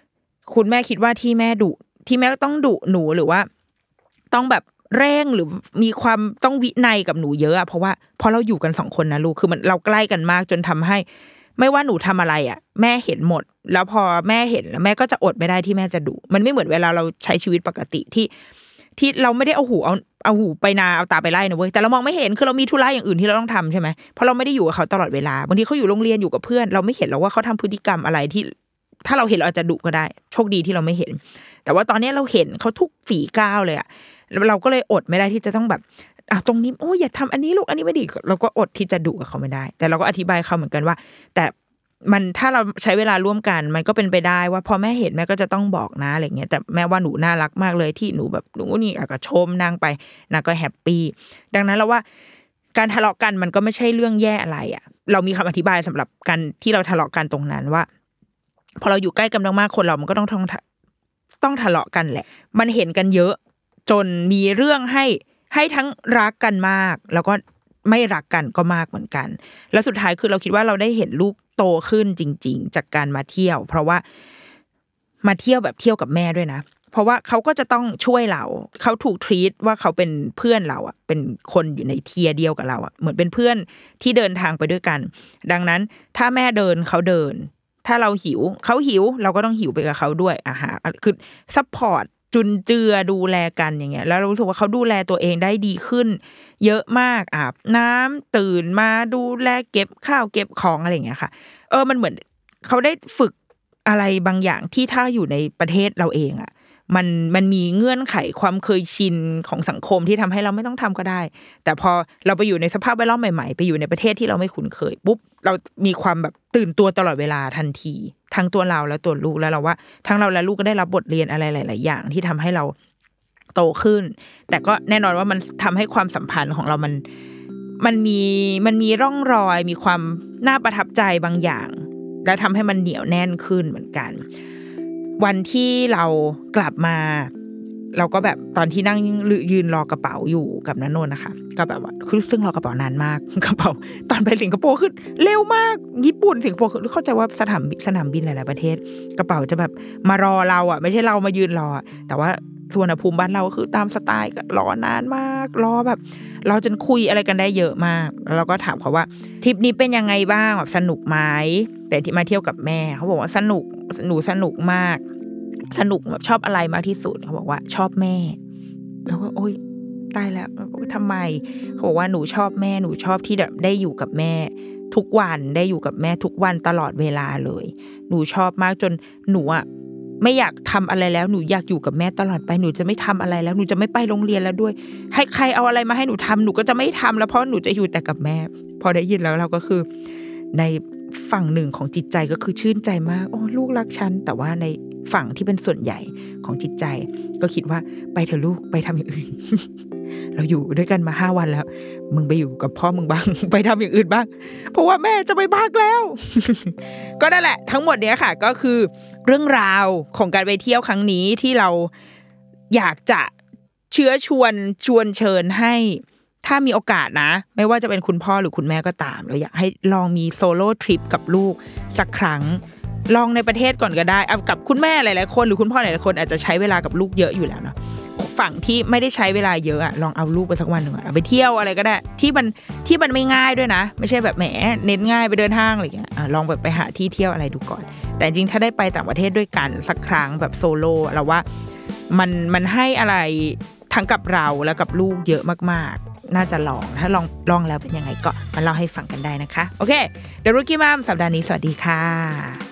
[SPEAKER 5] คุณแม่คิดว่าที่แม่ดุที่แม่ต้องดุหนูหรือว่าต้องแบบเร่งหรือมีความต้องวินัยกับหนูเยอะอะเพราะว่าพอเราอยู่กันสองคนนะลูกคือมันเราใกล้กันมากจนทำให้ไม่ว่าหนูทำอะไรอ่ะแม่เห็นหมดแล้วพอแม่เห็นแล้วแม่ก็จะอดไม่ได้ที่แม่จะดุมันไม่เหมือนเวลาเราใช้ชีวิตปกติที่ที่เราไม่ได้เอาหูเอาเอาหูไปนาเอาตาไปไล่นะเว้ยแต่เรามองไม่เห็นคือเรามีธุระอย่างอื่นที่เราต้องทำใช่ไหมเพราะเราไม่ได้อยู่กับเขาตลอดเวลาบางทีเขาอยู่โรงเรียนอยู่กับเพื่อนเราไม่เห็นหรอกว่าเขาทำพฤติกรรมอะไรที่ถ้าเราเห็นเราอาจจะดุก็ได้โชคดีที่เราไม่เห็นแต่ว่าตอนนี้เราเห็นเขาทุกฝีก้าวเลยอะเราก็เลยอดไม่ได้ที่จะต้องแบบอ่ะตรงนี้โอ้ยอย่าทำอันนี้ลูกอันนี้ไม่ดีเราก็อดที่จะดุกับเขาไม่ได้แต่เราก็อธิบายเขาเหมือนกันว่าแต่มันถ้าเราใช้เวลาร่วมกันมันก็เป็นไปได้ว่าพอแม่เห็นแม่ก็จะต้องบอกนะอะไรเงี้ยแต่แม่ว่าหนูน่ารักมากเลยที่หนูแบบหนูนี่ก็ชมนางไปนางก็แฮปปี้ดังนั้นเราว่าการทะเลาะกันมันก็ไม่ใช่เรื่องแย่อะไรอ่ะเรามีคำอธิบายสำหรับการที่เราทะเลาะกันตรงนั้นว่าพอเราอยู่ใกล้กันมากๆคนเรามันก็ต้องต้องต้องทะเลาะกันแหละมันเห็นกันเยอะจนมีเรื่องให้ให้ทั้งรักกันมากแล้วก็ไม่รักกันก็มากเหมือนกันแล้วสุดท้ายคือเราคิดว่าเราได้เห็นลูกโตขึ้นจริงๆจากการมาเที่ยวเพราะว่ามาเที่ยวแบบเที่ยวกับแม่ด้วยนะเพราะว่าเขาก็จะต้องช่วยเราเขาถูกทรีตว่าเขาเป็นเพื่อนเราอ่ะเป็นคนอยู่ในเทียร์เดียวกับเราอ่ะเหมือนเป็นเพื่อนที่เดินทางไปด้วยกันดังนั้นถ้าแม่เดินเขาเดินถ้าเราหิวเขาหิวเราก็ต้องหิวไปกับเขาด้วยอาหารคือซัพพอร์ตจุนเจือดูแลกันอย่างเงี้ยแล้วเรารู้สึกว่าเขาดูแลตัวเองได้ดีขึ้นเยอะมากอาบน้ำตื่นมาดูแลเก็บข้าวเก็บของอะไรอย่างเงี้ยค่ะเออมันเหมือนเขาได้ฝึกอะไรบางอย่างที่ถ้าอยู่ในประเทศเราเองอ่ะมันมันมีเงื่อนไขความเคยชินของสังคมที่ทำให้เราไม่ต้องทำก็ได้แต่พอเราไปอยู่ในสภาพแวดล้อมใหม่ๆไปอยู่ในประเทศที่เราไม่คุ้นเคยปุ๊บเรามีความแบบตื่นตัวตลอดเวลาทันทีทั้งตัวเราและตัวลูกแล้วเราว่าทั้งเราและลูกก็ได้รับบทเรียนอะไรหลายๆอย่างที่ทำให้เราโตขึ้นแต่ก็แน่นอนว่ามันทำให้ความสัมพันธ์ของเรามันมันมีมันมีร่องรอยมีความน่าประทับใจบางอย่างและทำให้มันเหนียวแน่นขึ้นเหมือนกันวันที่เรากลับมาเราก็แบบตอนที่นั่งยืนรอกระเป๋าอยู่กับณนนท์นะคะก็แบบว่าคือซึ่งรอกระเป๋านานมากกระเป๋าตอนไปสิงคโปร์คือเร็วมากญี่ปุ่นสิงคโปร์คือเข้าใจว่าสนามสนามบินหลายๆประเทศกระเป๋าจะแบบมารอเราอ่ะไม่ใช่เรามายืนรอแต่ว่าสุวรรณภูมิบ้านเราคือตามสไตล์ก็รอนานมากรอแบบเราจนคุยอะไรกันได้เยอะมากแล้วเราก็ถามเขาว่าทริปนี้เป็นยังไงบ้างแบบสนุกไหมแต่ที่มาเที่ยวกับแม่เขาบอกว่าสนุกหนูสนุกมากสนุกแบบชอบอะไรมากที่สุดเขาบอกว่าชอบแม่แล้วก็โอ๊ยตายแล้วทำไมเขาบอกว่าหนูชอบแม่หนูชอบที่แบบได้อยู่กับแม่ทุกวันได้อยู่กับแม่ทุกวันตลอดเวลาเลยหนูชอบมากจนหนูอ่ะไม่อยากทำอะไรแล้วหนูอยากอยู่กับแม่ตลอดไปหนูจะไม่ทำอะไรแล้วหนูจะไม่ไปโรงเรียนแล้วด้วยให้ใครเอาอะไรมาให้หนูทำหนูก็จะไม่ทำแล้วเพราะหนูจะอยู่แต่กับแม่พอได้ยินแล้วเราก็คือในฝั่งหนึ่งของจิตใจก็คือชื่นใจมากโอ้ลูกรักฉันแต่ว่าในฝั่งที่เป็นส่วนใหญ่ของจิตใจก็คิดว่าไปเถอะลูกไปทำอย่างอื่น เราอยู่ด้วยกันมาห้าวันแล้วมึงไปอยู่กับพ่อมึงบ้าง ไปทำอย่างอื่นบ้างเพราะว่าแม่จะไปพักแล้ว ก็นั่นแหละทั้งหมดเนี้ยค่ะก็คือเรื่องราวของการไปเที่ยวครั้งนี้ที่เราอยากจะเชื้อชวนชวนเชิญให้ถ้ามีโอกาสนะไม่ว่าจะเป็นคุณพ่อหรือคุณแม่ก็ตามเราอยากให้ลองมีโซโล่ทริปกับลูกสักครั้งลองในประเทศก่อนก็ได้เอากับคุณแม่หลายๆคนหรือคุณพ่อหลายๆคนอาจจะใช้เวลากับลูกเยอะอยู่แล้วเนาะฝั่งที่ไม่ได้ใช้เวลาเยอะอะลองเอาลูกไปสักวันหนึ่งเอาไปเที่ยวอะไรก็ได้ที่มันที่มันไม่ง่ายด้วยนะไม่ใช่แบบแหมเน้นง่ายไปเดินห้างอะไรอย่างเงี้ยลองแบบไปหาที่เที่ยวอะไรดูก่อนแต่จริงถ้าได้ไปต่างประเทศด้วยกันสักครั้งแบบโซโล่เราว่ามันมันให้อะไรทั้งกับเราและกับลูกเยอะมากๆน่าจะลองถ้าลองลองแล้วเป็นยังไงก็มาเล่าให้ฟังกันได้นะคะโอเคเดี๋ยวรุกี้มัมสัปดาห์นี้สวัสดีค่ะ